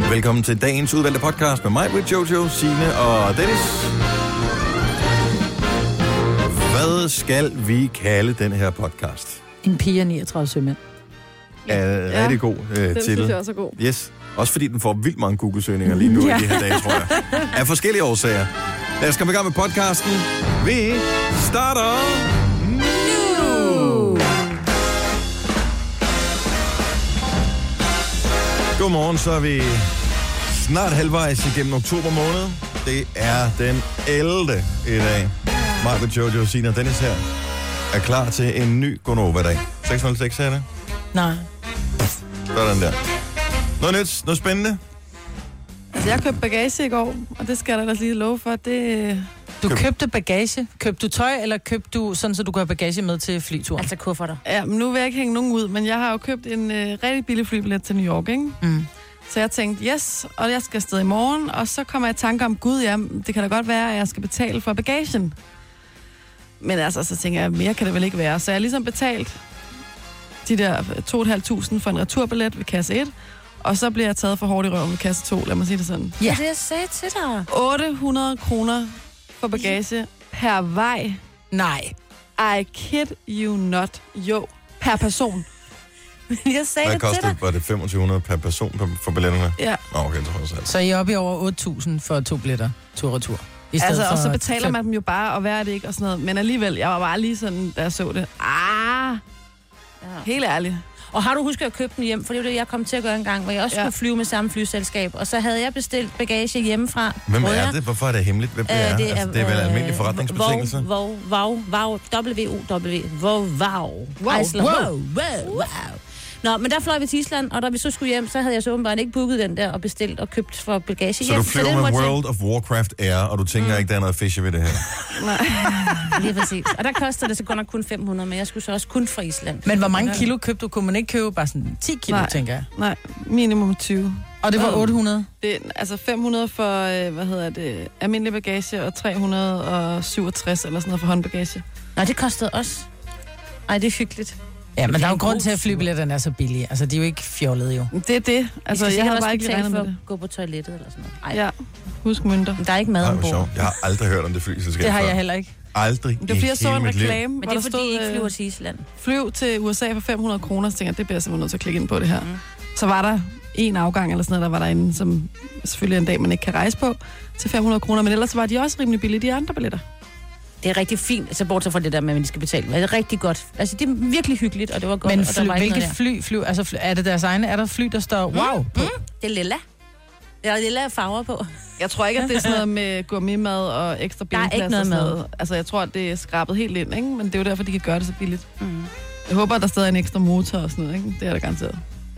Velkommen til dagens udvalgte podcast med mig, Britt, Jojo, Signe og Dennis. Hvad skal vi kalde den her podcast? En pige af 39 sømænd. Er rigtig god Den titel. synes jeg også er god. Yes. Også fordi den får vildt mange Google-søgninger lige nu i de her dage, tror jeg. Af forskellige årsager. Lad os komme i gang med podcasten. Vi starter nu. Godmorgen, så er vi snart halvvejs igennem oktober måned. Det er den 11. i dag. Mig med Jojo, Signe og Dennis her er klar til en ny Gonova-dag. 606 er det? Nej. Sådan der. Noget nyt, noget spændende. Altså, jeg købte bagage i går, og det skal jeg da lige love for. Du købte bagage. Købte du tøj, eller købte du sådan, så du kan have bagage med til flyturen? Altså kufferter. Ja, men nu vil jeg ikke hænge nogen ud, men jeg har jo købt en rigtig billig flybillet til New York, ikke? Mm. Så jeg tænkte, yes, og jeg skal afsted i morgen, og så kommer jeg i tanke om, gud, ja, det kan da godt være, at jeg skal betale for bagagen. Men altså, så tænker jeg, mere kan det vel ikke være. Så jeg har ligesom betalt de der 2.500 for en returbillet ved kasse 1, og så bliver jeg taget for hårdt i røven ved kasse 2, lad mig sige det sådan. Ja, det jeg sagde til dig. 800 kroner for bagage per vej. Nej. I kid you not. Jo, per person. Jeg sagde Hvad det til koster dig. det? Var det 2500 per person for billetterne? Ja. Okay, det tror jeg selv. Så I er oppe i over 8.000 for 2 billetter tur-retur. Altså, og så betaler man dem jo bare, og hvad er det ikke, og sådan noget. Men alligevel, jeg var bare lige sådan, da jeg så det. Helt ærligt. Og har du husket at købe den hjem? For det var det, jeg kom til at gøre en gang, hvor jeg også skulle flyve med samme flyselskab. Og så havde jeg bestilt bagage hjemmefra. Hvem er det? Hvorfor er det hemmeligt, hvem det er? Det Altså, det er vel almindelige forretningsbetingelser? Wow. Nå, men der fløj vi til Island, og da vi så skulle hjem, så havde jeg så åbenbart ikke booket den der og bestilt og købt for bagage Så hjem. du flyver med World of Warcraft Air, og du tænker ikke, der er noget fishy ved det her? Nej. Lige præcis. Og der koster det så godt nok kun 500, men jeg skulle så også kun fra Island. Men hvor mange kilo købte du? Kunne man ikke købe bare sådan 10 kilo, tænker jeg? Nej, minimum 20. Og det var 800? Det er, altså 500 for, almindelig bagage, og 367 eller sådan noget for håndbagage. Nå, det kostede også. Ej, det er hyggeligt. Ja, men der er jo grund til, at flybilletterne er så billige. Altså, de er jo ikke fjollede jo. Det er det. Altså, jeg har bare ikke regnet med det. Gå på toilettet eller sådan noget. Ej. Ja, husk mønter. Men der er ikke mad ombord. Jeg har aldrig hørt om det flyselskab. Det har før. jeg heller ikke. Aldrig Det er fordi, jeg så en reklame, Men det er fordi, I ikke flyver til Island. Flyv til USA for 500 kroner, så tænker jeg, det bliver jeg simpelthen nødt til at klikke ind på det her. Så var der en afgang eller sådan noget, der var derinde, som selvfølgelig en dag, man ikke kan rejse på, til 500 kroner, men ellers var de også rimelig billige, de andre billetter. Det er rigtig fint, altså bortset fra det der med, at de skal betale. Det er rigtig godt. Altså, det er virkelig hyggeligt, og det var godt. Men og der var hvilke fly? Altså, er det deres egne? Er der fly, der står wow på? Det er lilla. Der er lilla farver på. Jeg tror ikke, at det er sådan noget med gourmetmad og ekstra benplads. Der er ikke noget og sådan mad. noget. Altså, jeg tror, at det er skrabet helt ind, ikke? Men det er jo derfor, de kan gøre det så billigt. Jeg håber, at der stadig er en ekstra motor og sådan noget, ikke? Det er der garanteret.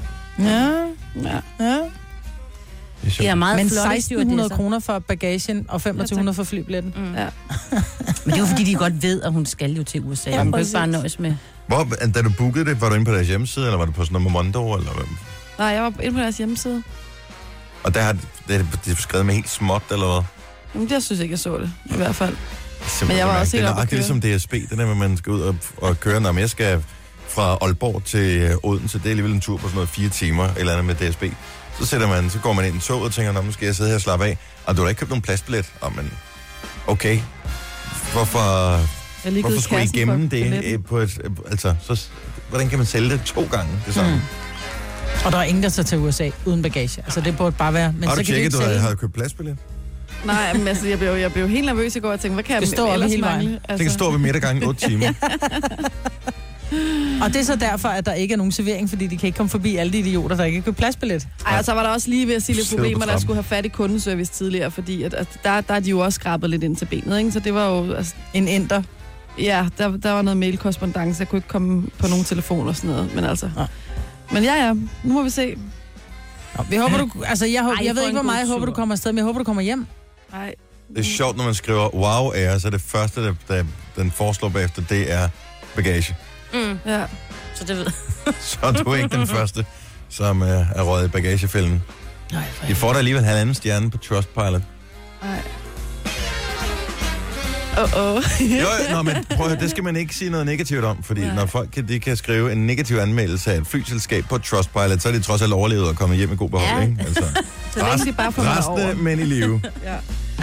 Ja. Det er meget Men flotte 1.600 kroner for bagagen og 2.500 for flybilletten. Ja. Men det er jo fordi, de godt ved, at hun skal jo til USA. Ja, Hun kan præcis. ikke bare nøjes med. Da du bookede det, var du inde på deres hjemmeside, eller var du på sådan noget Momondo, eller hvad? Nej, jeg var inde på deres hjemmeside. Og der har det er skrevet med helt småt, eller hvad? Men jeg synes ikke, jeg så det, i hvert fald. Simpelthen, Men jeg var også det helt er oppe at nøjagtigt ligesom DSB, det der med, at man skal ud og køre. Når jeg skal fra Aalborg til Odense, det er alligevel en tur på sådan noget 4 timer, eller andet med DSB. Så går man ind i toget og tænker, nu skal jeg sidde her og slappe af. Og du har ikke købt nogen pladsbillet? Men okay. Hvorfor skulle I gemme det på et... Altså, hvordan kan man sælge det 2 gange det samme? Og der er ingen, der tager til USA uden bagage. Altså, det burde bare være... Men Har du så kan tjekket, ikke sælge. har du købt pladsbillet? Nej, men altså, jeg blev helt nervøs i går, og tænkte, hvad kan jeg stå ellers hele vejen. mangle? Det kan stå ved midtergangen 8 timer. Og det er så derfor, at der ikke er nogen servering, fordi de kan ikke komme forbi alle de idioter, der ikke har købt pladsbillet. Ej, og så var der også lige ved at sige lidt Sidder på problemer, der trappen. skulle have fat i kundeservice tidligere, fordi at der er de jo også skrabet lidt ind til benet, ikke? Så det var jo... Altså, En enter. ja, der var noget mailkorrespondance, jeg kunne ikke komme på nogen telefon og sådan noget, men altså... Ja. Men ja, nu må vi se. Nå, vi håber, du... Altså, jeg ved for ikke, en hvor meget jeg god håber, du tur. kommer afsted, men jeg håber, du kommer hjem. Nej. Det er sjovt, når man skriver wow Air, så er det første, der den foreslår bagefter, det er bagage. Ja. Så det ved. Så er du ikke den første, som er røget i bagagefælden. De får da alligevel 1,5 stjerne på Trustpilot. Nej. Men prøv at høre, det skal man ikke sige noget negativt om, fordi når folk de kan skrive en negativ anmeldelse af et flyselskab på Trustpilot, så er de trods alt overlevet og kommet hjem med god behold, ikke? Altså, så længe de bare får mig over. Restende, men i live. Ja.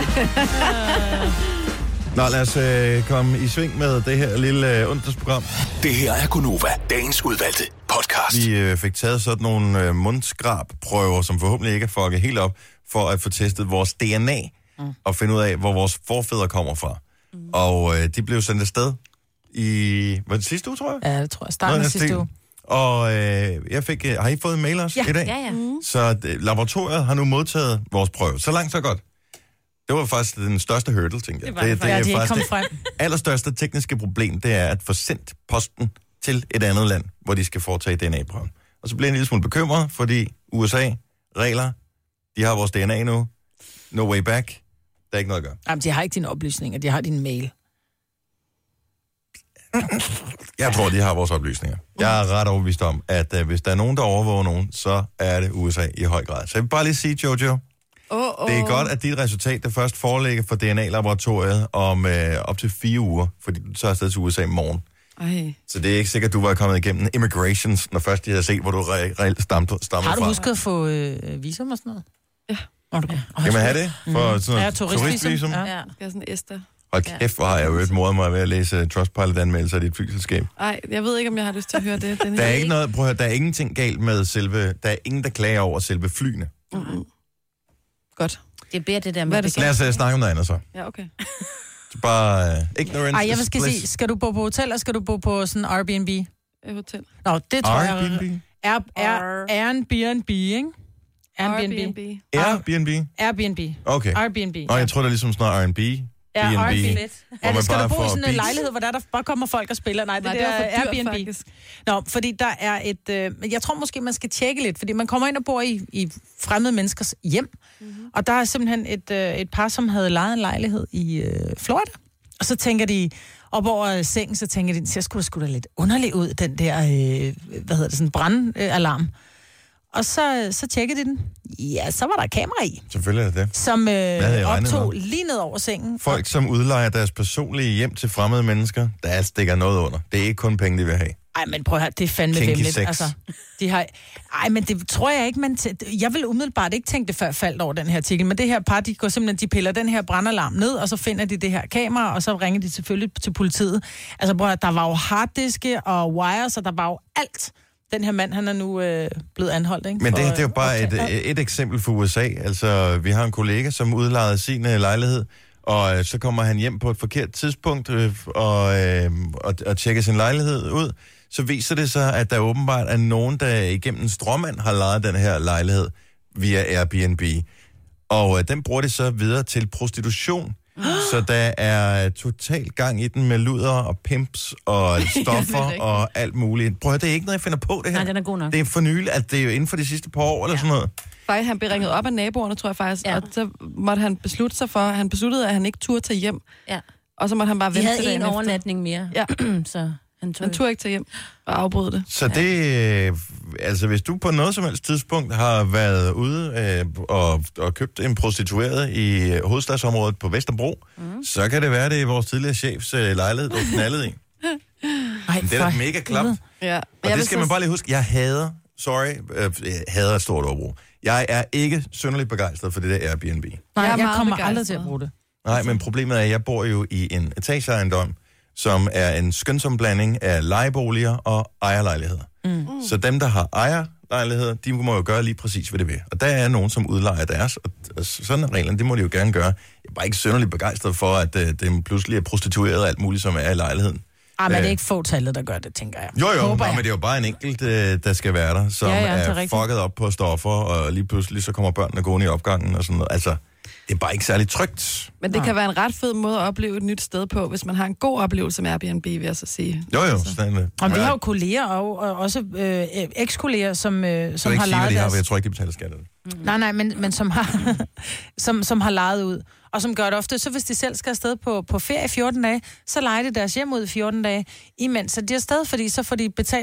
Nå, lad os komme i sving med det her lille onsdagsprogram. Det her er Gunova, dagens udvalgte podcast. Vi fik taget sådan nogle mundskrabprøver, som forhåbentlig ikke er fucket helt op, for at få testet vores DNA og finde ud af, hvor vores forfædre kommer fra. Og de blev sendt afsted i... Var det sidste uge, tror jeg? Ja, det tror jeg. Starten af sidste uge. Og jeg fik... har I fået en mail også i dag? Ja. Så laboratoriet har nu modtaget vores prøve. Så langt, så godt. Det var faktisk den største hurdle, tænkte jeg. Det er de ikke kom frem. Allerstørste tekniske problem, det er at få sendt posten til et andet land, hvor de skal foretage DNA-prøven. Og så bliver jeg en lille smule bekymret, fordi USA, regler, de har vores DNA nu. No way back. Der er ikke noget at gøre. Jamen, de har ikke dine oplysninger, de har din mail. Jeg tror, de har vores oplysninger. Jeg er ret overbevist om, at hvis der er nogen, der overvåger nogen, så er det USA i høj grad. Så jeg vil bare lige sige, Jojo, det er godt, at dit resultat, der først foreligger for DNA-laboratoriet om op til 4 uger, fordi du tager afsted til USA i morgen. Ej. Så det er ikke sikkert, at du var kommet igennem immigrations, når først de havde set, hvor du reelt stammer fra. Har du husket at få visum og sådan noget? Ja. Kan man have det? For sådan noget turistvisum? Ja. Skal jeg sådan Esther? Hold kæft, hvor har jeg jo mordet mig ved at læse Trustpilot-anmeldelser af dit flyselskab. Ej, jeg ved ikke, om jeg har lyst til at høre det. Der er ikke noget, prøv at høre, der er ingenting galt med selve, der er ingen, der klager over selve flyene. Godt. Det er bedre det der med... Lad os snakke om noget andet så. Ja, okay. Så bare ignorance. Ej, jeg skal sige, skal du bo på hotel, eller skal du bo på sådan Airbnb? Hotel. Nå, det tror Airbnb? jeg... Airbnb, ikke? Airbnb. Airbnb? Okay. Airbnb. Nå, jeg tror, det er ligesom sådan noget R&B. Ja, Airbnb. Ja, det skal du bo i sådan en lejlighed, hvor der bare kommer folk og spiller? Nej, det er Airbnb. Faktisk. Nå, fordi der er et... jeg tror måske, man skal tjekke lidt, fordi man kommer ind og bor i fremmede menneskers hjem, og der er simpelthen et par, som havde lejet en lejlighed i Florida, og så tænker de... Op over sengen, så tænker de, så skulle da lidt underligt ud, den der, sådan brandalarm. Og så tjekkede de den. Ja, så var der kamera i. Selvfølgelig er det. Som optog lige ned over sengen. Folk, som udlejer deres personlige hjem til fremmede mennesker, der stikker noget under. Det er ikke kun penge, de vil have. Ej, men prøv at høre, det er fandme vemmeligt. Altså, de har... Ej, men det tror jeg ikke, jeg vil umiddelbart ikke tænke det før faldt over den her artikel, men det her par, de piller den her brandalarm ned, og så finder de det her kamera, og så ringer de selvfølgelig til politiet. Altså, prøv at høre, der var jo harddiske og wires, og der var jo alt. Den her mand, han er nu blevet anholdt, ikke? Men det er jo bare et eksempel for USA. Altså, vi har en kollega, som udlejede sin lejlighed, og så kommer han hjem på et forkert tidspunkt og tjekker sin lejlighed ud. Så viser det sig, at der åbenbart er nogen, der igennem en stråmand har lejet den her lejlighed via Airbnb. Og den bruger de så videre til prostitution. Så der er total gang i den med luder og pimps og stoffer og alt muligt. Prøv at det er ikke noget, jeg finder på det her. Nej, den er god nok. Det er for nylig, at det er jo inden for de sidste par år eller sådan noget. Faktisk, han blev ringet op af naboerne, tror jeg faktisk, og så måtte han beslutte sig for, han besluttede, at han ikke turde tage hjem. Ja. Og så måtte han bare vente til dagen efter. De havde en overnatning mere. Ja. Så han turde ikke tage hjem og afbryde det. Så det, altså hvis du på noget som helst tidspunkt har været ude og købt en prostitueret i hovedstadsområdet på Vesterbro, så kan det være, det er vores tidligere chefs lejlighed, du knaldede i. Ej, det er da mega klapt. Ja. Og det skal man bare lige huske. Jeg hader et stort overbrug. Jeg er ikke synderligt begejstret for det der Airbnb. Nej, jeg kommer aldrig til at bruge det. Nej, men problemet er, at jeg bor jo i en etageejendom, som er en skønsom blanding af lejeboliger og ejerlejligheder. Så dem, der har ejerlejligheder, de må jo gøre lige præcis, hvad det vil. Og der er nogen, som udlejer deres, og sådan er reglerne, det må de jo gerne gøre. Jeg er bare ikke synderligt begejstret for, at det pludselig er prostitueret og alt muligt, som er i lejligheden. Men det er ikke fåtallet, der gør det, tænker jeg. Jo, men det er jo bare en enkelt, der skal være der, som er fucket op på stoffer, og lige pludselig så kommer børnene gående i opgangen og sådan noget. Altså, det er bare ikke særlig trygt. Men det kan være en ret fed måde at opleve et nyt sted på, hvis man har en god oplevelse med Airbnb, vil jeg så sige. Jo, sådan det. Og vi har jo kolleger, og også eks-kolleger, som har lejet deres... Jeg tror ikke, de betaler skat af det. Nej, men som har, som har lejet ud. Og som gør det ofte, så hvis de selv skal afsted på ferie i 14 dage, så leger de deres hjem ud i 14 dage, imens så de er afsted, fordi så får de betalt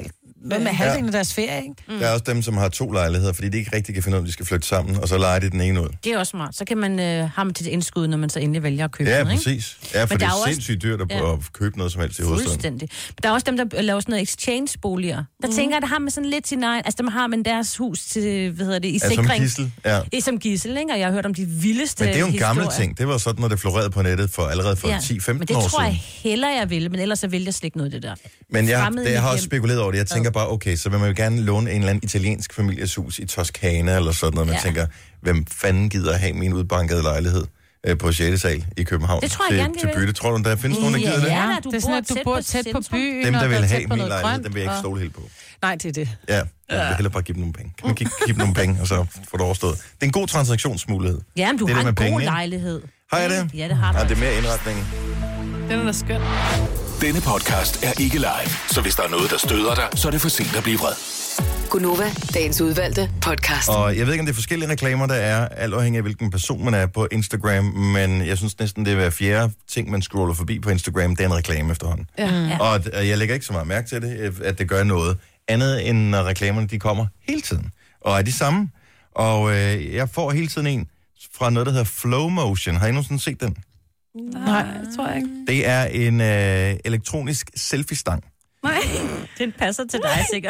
med halvdelen af deres ferie, ikke? Der er også dem, som har 2 lejligheder, fordi de ikke rigtig kan finde ud af, at de skal flytte sammen, og så leger de den ene ud. Det er også smart. Så kan man have dem til indskud, når man så endelig vælger at købe Ja, den, ikke? præcis. Ja, for Men det er også sindssygt dyrt at købe noget som helst i hovedstaden. Fuldstændig. Men der er også dem, der laver sådan noget exchange-boliger. Der tænker jeg, der har man sådan lidt sin egen... Altså, dem har man deres hus til, i sikring. Som gidsel, ja. Som gidsel, ikke? Og jeg har hørt om de vildeste Men det er jo en historier. gammel ting. Det var sådan, når det florerede på nettet allerede for 10-15 år siden. Men det tror jeg heller, jeg vil. Men ellers så vil jeg slet ikke noget af det der. Men jeg har også spekuleret over det. Jeg tænker bare, okay, så vil man jo gerne låne en eller anden italiensk familieshus i Toskana eller sådan noget. Man tænker, hvem fanden gider have min udbankede lejlighed på 6. sal i København det tror jeg gerne, til bytte? Tror du, der findes nogen, der gider det? Ja, det er sådan, at du bor tæt på byen. Dem, der vil have min min lejlighed, dem vil jeg ikke stole helt på. Nej, det er det. Ja, jeg vil hellere bare give dem nogle penge. Kan man give dem nogle penge, og så få det overstået? Det er en god transaktionsmulighed. Ja, men du har en god lejlighed. Har jeg det? Ja, det har du. Ja, det er mere indretning. Den er da skøn. Denne podcast er ikke live, så hvis der er noget, der støder dig, så er det for sent at blive vred. Gunova, dagens udvalgte podcast. Og jeg ved ikke, om det er forskellige reklamer, der er, alt afhængig af, hvilken person man er på Instagram, men jeg synes næsten, det er hver fjerde ting, man scroller forbi på Instagram, det er en reklame efterhånden. Ja. Og jeg lægger ikke så meget mærke til det, at det gør noget andet, end når reklamerne de kommer hele tiden. Og er de samme. Og jeg får hele tiden en fra noget, der hedder Flow Motion. Har I nogensinde set den? Nej, det tror jeg ikke. Det er en elektronisk selfie-stang. Nej. Den passer til dig sikkert.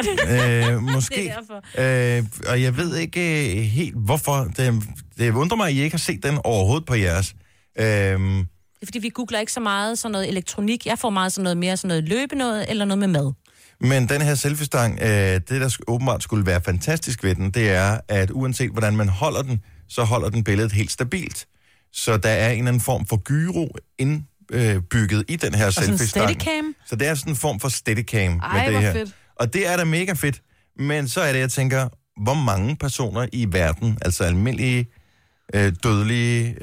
Måske. Det er og jeg ved ikke helt, hvorfor. Det undrer mig, at I ikke har set den overhovedet på jeres. Det er fordi, vi googler ikke så meget sådan noget elektronik. Jeg får meget sådan noget mere sådan noget løbenået eller noget med mad. Men den her selfie-stang, det der åbenbart skulle være fantastisk ved den, det er, at uanset hvordan man holder den, så holder den billedet helt stabilt. Så der er en eller anden form for gyro indbygget i den her selfie-stang. Steadicam? Så det er sådan en form for steadicam med det hvor her. fedt. Og det er da mega fedt. Men så er det, jeg tænker, hvor mange personer i verden, altså almindelige, dødelige,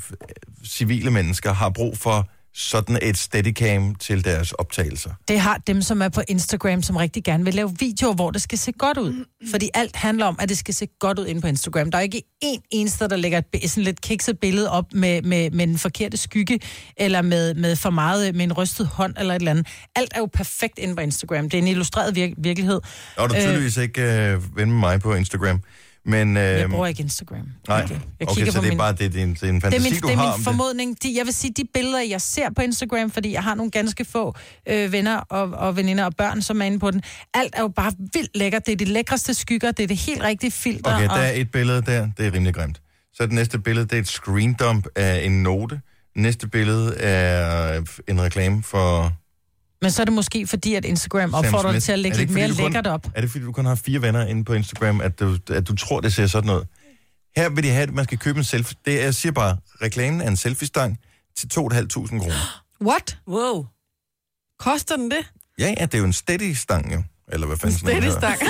civile mennesker, har brug for sådan et steadicam til deres optagelser. Det har dem, som er på Instagram, som rigtig gerne vil lave videoer, hvor det skal se godt ud. Fordi alt handler om, at det skal se godt ud inde på Instagram. Der er ikke en eneste, der lægger sådan lidt kikset billede op med en forkerte skygge, eller med for meget, med en rystet hånd, eller et eller andet. Alt er jo perfekt inde på Instagram. Det er en illustreret virkelighed. Og du tydeligvis ikke ven med mig på Instagram. Men, jeg bruger ikke Instagram. Nej, okay, så det er bare det er en fantasi, du har om det. Det er min formodning. Jeg vil sige, de billeder, jeg ser på Instagram, fordi jeg har nogle ganske få venner og veninder og børn, som er inde på den. Alt er jo bare vildt lækkert. Det er de lækreste skygger, det er det helt rigtige filter. Okay, der er et billede der, det er rimelig grimt. Så det næste billede, det er et screendump af en note. Næste billede er en reklame for... Men så er det måske fordi, at Instagram opfordrer dig til at lægge lidt mere lækkert op. Er det fordi, du kun har 4 venner inde på Instagram, at du tror, det ser sådan noget? Her vil de have, at man skal købe en selfie. Jeg siger bare, reklamen er en selfie-stang til 2.500 kroner. What? Wow. Koster den det? Ja, det er jo en steady-stang jo. Eller hvad fanden sådan noget Steady-stang.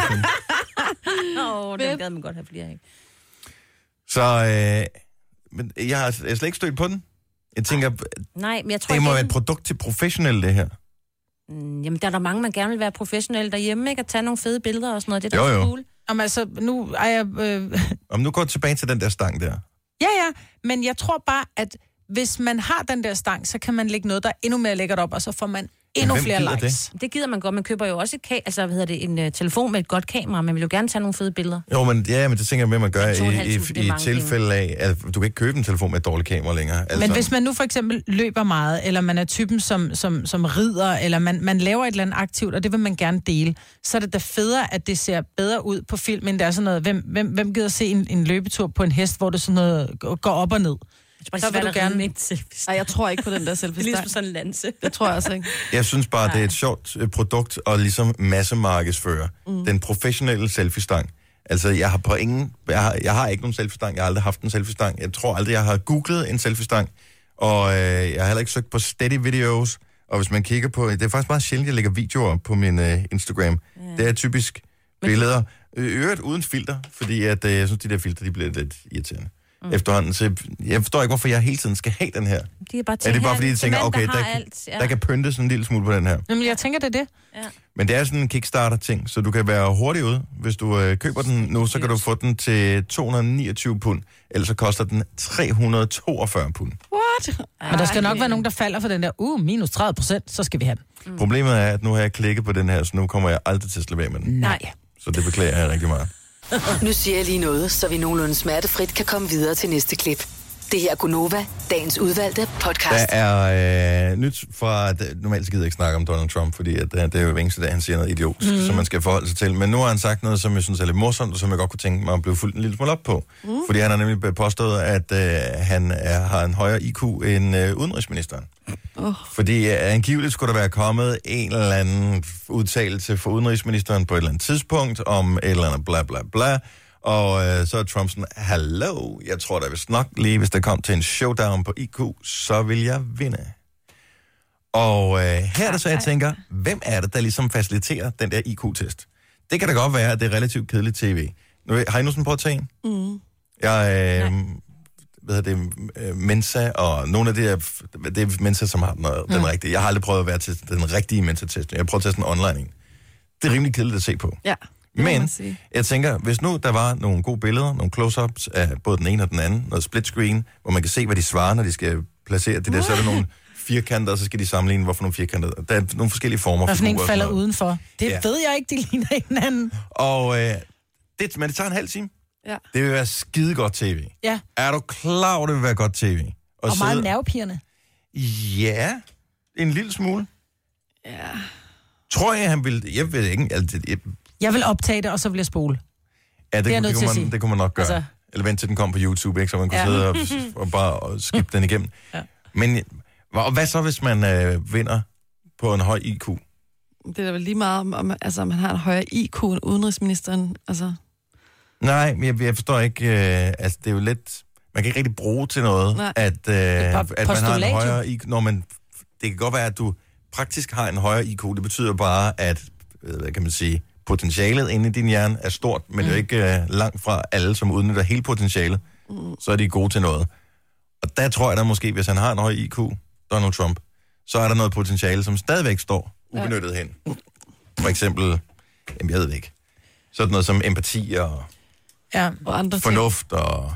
Den gad man godt have flere, ikke? Så men jeg har slet ikke stødt på den. Jeg tænker, nej, men jeg tror, det må være et produkt til professionelle, det her. Jamen, der er der mange, man gerne vil være professionel derhjemme, ikke? At tage nogle fede billeder og sådan noget. Det er jo. cool. Jamen altså, nu er jeg... Om nu går jeg tilbage til den der stang der. Ja, men jeg tror bare, at hvis man har den der stang, så kan man lægge noget, der er endnu mere lækkert op, og så får man endnu flere likes. Det gider man godt. Man køber jo også en telefon med et godt kamera. Man vil jo gerne tage nogle fede billeder. Jo, men det tænker jeg med, man gør i tilfælde af, at du kan ikke købe en telefon med et dårligt kamera længere. Altså. Men hvis man nu for eksempel løber meget, eller man er typen, som rider, eller man laver et eller andet aktivt, og det vil man gerne dele, så er det da federe, at det ser bedre ud på film, end der er sådan noget, hvem gider se en løbetur på en hest, hvor det sådan noget går op og ned? Så vil du gerne ikke. Nej, jeg tror ikke på den der selfie. Det er ligesom sådan en lanse. Det tror jeg også ikke. Jeg synes bare, det er et sjovt produkt at ligesom massemarkedsføre. Den professionelle selfie-stang. Altså, jeg har ikke nogen selfie-stang. Jeg har aldrig haft en selfie-stang. Jeg tror aldrig, jeg har googlet en selfie-stang. Og jeg har heller ikke søgt på steady videos. Og hvis man kigger på... Det er faktisk meget sjældent, jeg lægger videoer på min Instagram. Ja. Det er typisk billeder. Øvrigt uden filter, fordi at, jeg synes, de der filter, de bliver lidt irriterende. Efterhånden. Så jeg forstår ikke, hvorfor jeg hele tiden skal have den her. De er bare det bare fordi, de tænker, okay, der kan pyntes en lille smule på den her. Jamen, jeg tænker, det er det. Ja. Men det er sådan en Kickstarter-ting, så du kan være hurtig ud. Hvis du køber den nu, så kan du få den til 229 pund. Ellers så koster den 342 pund. What? what? Men der skal nok være nogen, der falder for den der, minus 30%, så skal vi have den. Problemet er, at nu har jeg klikket på den her, så nu kommer jeg aldrig til at slippe af med den. Nej. Så det beklager jeg rigtig meget. Nu siger jeg lige noget, så vi nogenlunde smertefrit kan komme videre til næste klip. Det her er Gunova, dagens udvalgte podcast. Der er nyt fra... Normalt gider jeg ikke snakke om Donald Trump, fordi at, det er jo eneste dag, han siger noget idiotisk, som man skal forholde sig til. Men nu har han sagt noget, som jeg synes er lidt morsomt, og som jeg godt kunne tænke mig at blive fuldt en lille smule op på. Fordi han har nemlig påstået, at han har en højere IQ end udenrigsministeren. Fordi angiveligt skulle der være kommet en eller anden udtalelse for udenrigsministeren på et eller andet tidspunkt om et eller andet bla bla bla. Og så er Trump sådan, hallo, jeg tror da vist nok lige, hvis der kom til en showdown på IQ, så vil jeg vinde. Og her er det så, jeg tænker, hvem er det, der ligesom faciliterer den der IQ-test? Det kan da godt være, at det er relativt kedeligt tv. Nu, har I nu sådan prøvet at tage en? Mensa, og nogle af det er Mensa, som har den rigtige. Jeg har aldrig prøvet at være til den rigtige Mensa-test. Jeg har prøvet at tage sådan en online. Det er rimelig kedeligt at se på. Ja. Men jeg tænker, hvis nu der var nogle gode billeder, nogle close-ups af både den ene og den anden, noget split screen, hvor man kan se, hvad de svarer, når de skal placere det der, så er der nogle firkanter, og så skal de sammenligne, hvorfor nogle firkanter. Der er nogle forskellige former. Hvorfor en falder udenfor? Det ved jeg ikke, de ligner hinanden. Og men det tager en halv time. Ja. Det vil være skide godt tv. Ja. Er du klar over, det vil være godt tv? Og meget nervepirrende. Ja, en lille smule. Ja. Tror jeg, han vil... Jeg ved ikke... Jeg vil optage det, og så vil jeg spole. Ja, det kunne man nok gøre. Altså... Eller vente til den kom på YouTube, ikke? Så man kunne sidde og bare skippe den igennem. Ja. Men hvad så, hvis man vinder på en høj IQ? Det er da vel lige meget, om man har en højere IQ end udenrigsministeren. Altså. Nej, men jeg forstår ikke... altså, det er jo lidt... Man kan ikke rigtig bruge til noget, at man har en højere IQ. Det kan godt være, at du praktisk har en højere IQ. Det betyder bare, at... Hvad kan man sige... Potentialet inde i din hjerne er stort, men det er jo ikke langt fra alle, som udnytter hele potentialet. Så er de gode til noget. Og der tror jeg, der måske, hvis han har en høj IQ, Donald Trump, så er der noget potentiale, som stadigvæk står ubenyttet hen. For eksempel, jeg ved det ikke, sådan noget som empati og andre fornuft og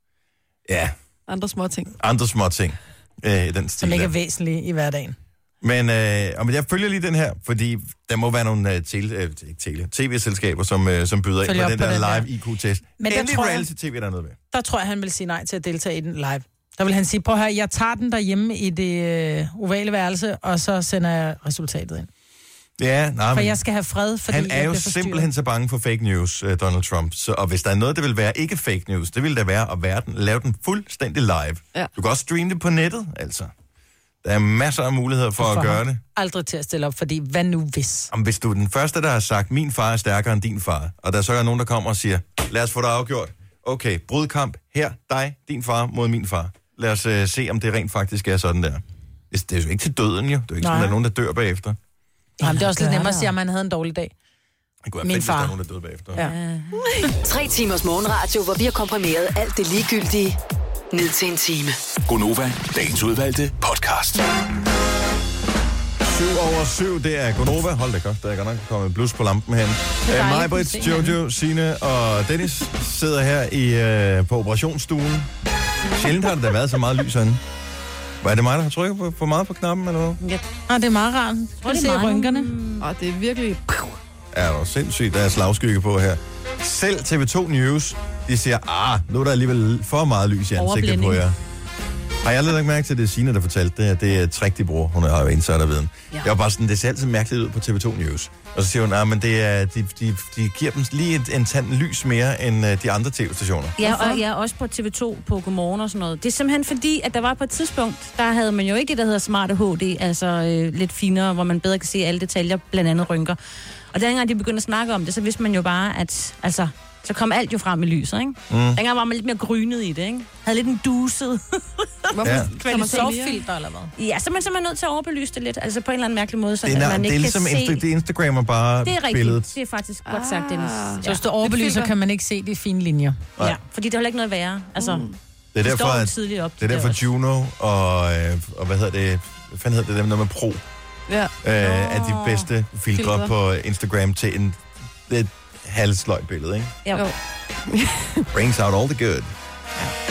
andre små ting. Andre små ting. Den stil, som ikke er væsentlige i hverdagen. Men jeg følger lige den her, fordi der må være nogle tv-selskaber, som byder ind på den der live IQ-test. Men endelig reality-tv, der er noget med. Der tror jeg, han vil sige nej til at deltage i den live. Der vil han sige, prøv at høre, jeg tager den derhjemme i det ovale værelse, og så sender jeg resultatet ind. Ja, for jeg skal have fred, fordi han er jo simpelthen så bange for fake news, Donald Trump. Og hvis der er noget, der vil være ikke fake news, det vil der være at lave den fuldstændig live. Ja. Du kan også streame det på nettet, altså. Der er masser af muligheder for at gøre det. Aldrig til at stille op, fordi hvad nu hvis? Hvis du er den første, der har sagt, min far er stærkere end din far, og der så er nogen, der kommer og siger, lad os få det afgjort. Okay, brudkamp, her, dig, din far mod min far. Lad os se, om det rent faktisk er sådan der. Det er jo ikke til døden, jo. Det er jo ikke sådan, der er nogen, der dør bagefter. Jamen, det er også lidt nemmere at sige, at man havde en dårlig dag. Det kunne være fedt, hvis der er nogen, der døde bagefter. Ja. 3 timers morgenradio, hvor vi har komprimeret alt det ligegyldige ned til en time. Gunova, dagens udvalgte podcast. 7:07, det er Gunova. Hold da godt, der er godt nok kommet blus på lampen hen. Mig, Britt, Jojo, Signe og Dennis sidder her på operationsstuen. Sjældent har det da været så meget lys herinde. Er det mig, der har trykket for meget på knappen, eller hvad? Ja, det er meget rart. Du ser rynkerne. Og det er virkelig... Ja, det er sindssygt, der er slagskygge på her. Selv TV2 News, de siger, nu er der alligevel for meget lys i ansigtet på jer. Har jeg aldrig lagt mærke til, det Signe, der fortalte det? Det er et trick, de bruger. Hun har jo insiderviden. Ja. Jeg var bare sådan, det ser altid mærkeligt ud på TV2 News. Og så siger hun, men det er, de giver dem lige en tand lys mere end de andre tv-stationer. Ja, og jeg er også på TV2 på Godmorgen og sådan noget. Det er simpelthen fordi, at der var på et tidspunkt, der havde man jo ikke det, der hedder smarte HD, altså lidt finere, hvor man bedre kan se alle detaljer, blandt andet rynker. Og dengang de begyndte at snakke om det, så vidste man jo bare, at altså, så kom alt jo frem i lyset, ikke? Dengang var man lidt mere grynet i det, ikke? Havde lidt en duset. Hvorfor? Kvalitetsfilter eller hvad? Ja, så er man nødt til at overbelyse det lidt. Altså på en eller anden mærkelig måde, så man ikke ligesom kan se... Det er Instagrammer bare det er rigtigt. Billedet. Det er faktisk godt sagt, Dennis. Så hvis du overbelyser, kan man ikke se de fine linjer. Ja, fordi det er heller ikke noget værre. Altså, det er derfor Juno og hvad hedder det? Hvad fanden hedder det? Noget med Pro. Ja. Er de bedste filtre på Instagram til et halvsløjt billede, ikke? Jo. Brings out all the good.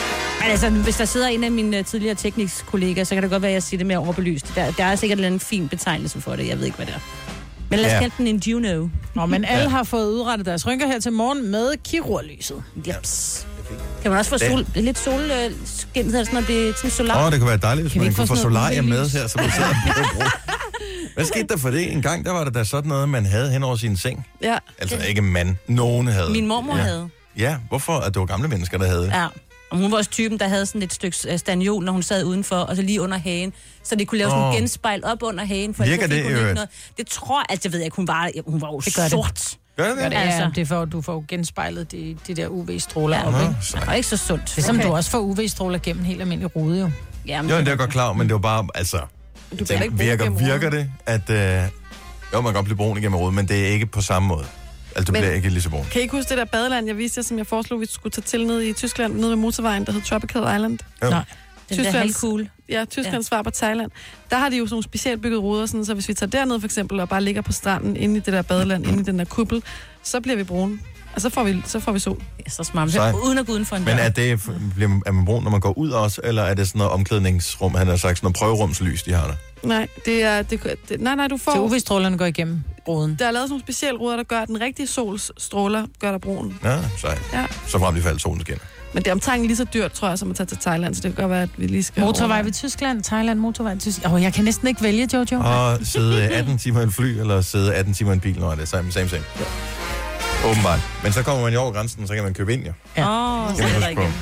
Altså, hvis der sidder en af mine tidligere tekniske kollegaer, så kan det godt være, at jeg siger det mere overbelyst. Der er sikkert en eller anden fin betegnelse for det. Jeg ved ikke, hvad det er. Men lad os kalde den en Juno. Nå, men alle har fået udrettet deres rynker her til morgen med kirurlyset. Jeps. Kan man også få sol, lidt solskin, sådan noget, det er sådan solar? Det kunne være dejligt, hvis man kunne få solarium med her, så man sidder. Hvad skete der for det? En gang, der var der sådan noget, man havde hen over sin seng. Ja. Altså ikke mand, nogen havde. Min mormor havde. Ja, hvorfor? At det var gamle mennesker, der havde. Ja. Og hun var også typen, der havde sådan et stykke staniol, når hun sad udenfor, og så lige under hagen. Så de kunne lave sådan en genspejl op under hagen. For virker det jo? Det tror jeg, jeg ved ikke, hun var jo sort. Gør det? Altså, det er for, du får genspejlet de der UV-stråler op, ikke? Det er ikke så sundt. Det er som du også får UV-stråler gennem helt almindelig rude, jo. Jamen, det er godt klar, men det var bare, altså... Virker det, at... man kan godt blive brun igennem rude, men det er ikke på samme måde. Altså, du bliver ikke lige så brun. Kan I ikke huske det der badeland, jeg viste jer, som jeg foreslog, vi skulle tage til nede i Tyskland, nede ved motorvejen, der hed Tropical Island? Jo. Nej. Den der halvkugle. Ja, Tysklands svar på Thailand. Der har de jo sådan nogle specielt bygget ruder, sådan, så hvis vi tager derned for eksempel, og bare ligger på stranden, inde i det der badeland, inde i den der kuppel, så bliver vi brune. Og så får vi sol. Ja, så smart. Uden at gå uden for en dør. Men er man brun, når man går ud også, eller er det sådan noget omklædningsrum, han har sagt, sådan noget prøverumslys, de har der? Nej, nej, du får... Så UV-strålerne går igennem ruden. Der er lavet sådan nogle specielle ruder, der gør, at den rigtige solstråler gør dig brun. Ja, sejt. Ja. Så frem de falder solen igen. Men det er omtrent lige så dyrt, tror jeg, som at tage til Thailand, så det kan godt være, at vi lige skal... Motorvej ved Tyskland, Thailand, motorvej ved Tyskland. Jeg kan næsten ikke vælge, Jojo. Og sidde 18 timer i en fly, eller sidde 18 timer i en bil, når det er same. Ja. Åbenbart. Men så kommer man jo over grænsen, så kan man købe ind, jo. Ja. Så er der igen.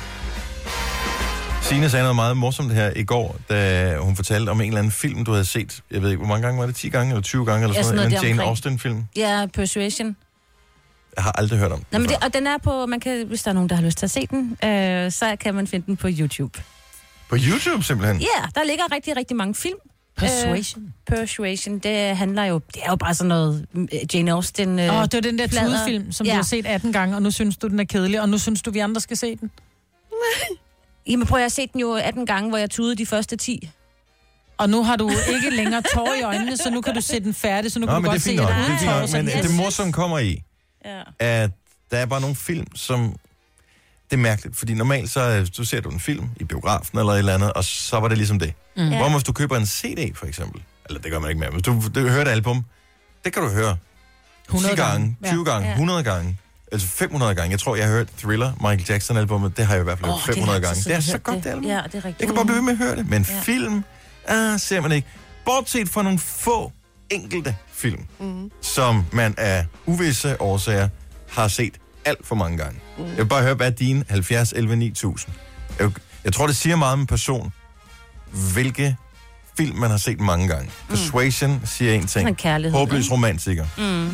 Signe sagde noget meget morsomt her i går, da hun fortalte om en eller anden film, du havde set. Jeg ved ikke, hvor mange gange var det? 10 gange eller 20 gange? Eller sådan noget. En Jane Austen-film. Ja, Persuasion. Jeg har aldrig hørt om den. Og den er på, man kan, hvis der er nogen, der har lyst til at se den, så kan man finde den på YouTube. På YouTube simpelthen? Ja, der ligger rigtig, rigtig mange film. Persuasion, det handler jo, det er jo bare sådan noget Jane Austen. Det var den der tudefilm, som du har set 18 gange, og nu synes du, den er kedelig, og nu synes du, vi andre skal se den. Nej. Jamen prøv, jeg har set den jo 18 gange, hvor jeg tudede de første 10. Og nu har du ikke længere tår i øjnene, så nu kan du se den færdig, så nu kan du godt se den uden tår. Men det morsomme kommer i, at der er bare nogle film, som... Det er mærkeligt, fordi normalt så ser du en film i biografen eller et eller andet, og så var det ligesom det. Hvor hvis du køber en CD, for eksempel, eller det gør man ikke mere, hvis du hører et album, det kan du høre 10 gange, 20 gange, 100 gange, altså 500 gange. Jeg tror, jeg har hørt Thriller, Michael Jackson-albummet, det har jeg i hvert fald hørt 500 gange. Det er så godt, det album. Ja, det er rigtigt. Jeg kan bare blive ved med at høre det, men film, ser man ikke. Bortset fra nogle få enkelte film, som man af uvisse årsager har set alt for mange gange. Jeg vil bare høre, hvad er dine 70 11 9000? Jeg tror, det siger meget om en person, hvilke film man har set mange gange. Persuasion siger en ting. Håbløs romantiker.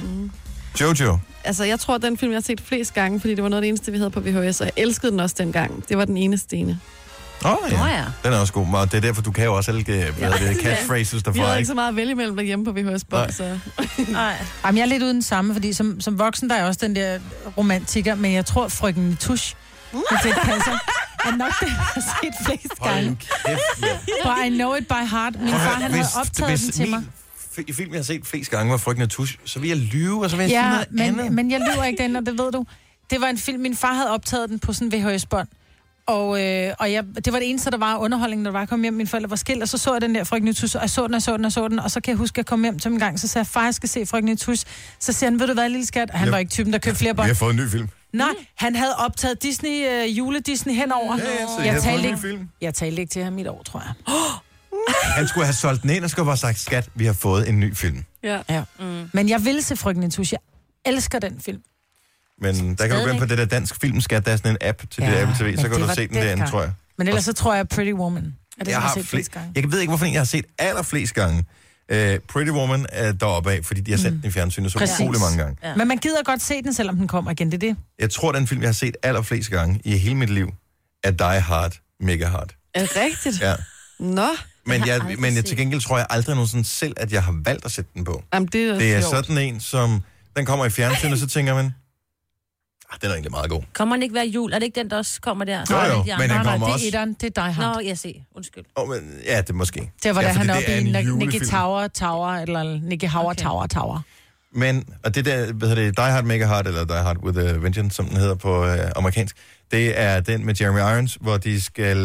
Jojo? Altså, jeg tror, den film, jeg har set flest gange, fordi det var noget af det eneste, vi havde på VHS, og jeg elskede den også dengang. Det var Den ene Stene. Ja. Den er også god. Og det er derfor, du kan jo også alle catchphrases derfra. Vi havde ikke så meget at vælge imellem derhjemme på VHS-bånd, så... Nej. Jamen, jeg er lidt uden samme, fordi som voksen, der er også den der romantiker, men jeg tror, Frøken Tusch, hvis det passer, er nok det, jeg har set flest gange. But I know it by heart. Min far, han havde optaget den til mig. I film, jeg har set flest gange, var Frøken Tusch, så vil jeg lyve, og så vil jeg sige noget andet. Men jeg lyver ikke den, og det ved du. Det var en film, min far havde optaget den på sådan en VHS-bånd. Og det var det eneste, der var underholdning, når der var kommet hjem. Mine forældre var skilt, og så så jeg den der Frøken Tusch, og jeg så den, og så kan jeg huske, at jeg kom hjem til en gang, så sagde jeg, far, jeg skal se Frøken Tusch. Så siger han, ved du hvad, lille skat? Han var ikke typen, der købte flere bånd. Vi har fået en ny film. Nej, han havde optaget Disney henover. Jeg talte ikke til ham i et år, tror jeg. Han skulle have solgt den ind, og skulle bare sagt, skat, vi har fået en ny film. Ja. Men jeg vil se Frøken Tusch. Jeg elsker den film. Men der kan du gå ind på det der dansk filmskat, der er sådan en app til det Apple TV, så kan du se den derinde, tror jeg. Men ellers så tror jeg Pretty Woman. Jeg ved ikke, hvorfor jeg har set allerflest gange. Pretty Woman er deroppe af, fordi de har sendt den i fjernsynet så utrolig mange gange. Ja. Men man gider godt se den, selvom den kommer igen, det er det. Jeg tror, den film, jeg har set allerflest gange i hele mit liv, er Die Hard, Mega Hard. Er det rigtigt? Ja. Nå. Men jeg til gengæld tror jeg aldrig nogensinde selv, at jeg har valgt at sætte den på. Jamen, det er sådan en, som den kommer i fjernsynet, og så tænker man, den er egentlig meget god. Kommer den ikke hver jul? Er det ikke den, der også kommer der? Jo, men den kommer også. Det er det er Die Hard. Nå, jeg ser. Undskyld. Ja, det er måske. Det var da han oppe i Nicky Tower, eller Nicky Hauer Tower. Men, og det der, hvad hedder det, Die Hard Mega Hard, eller Die Hard with a Vengeance, som den hedder på amerikansk, det er den med Jeremy Irons, hvor de skal,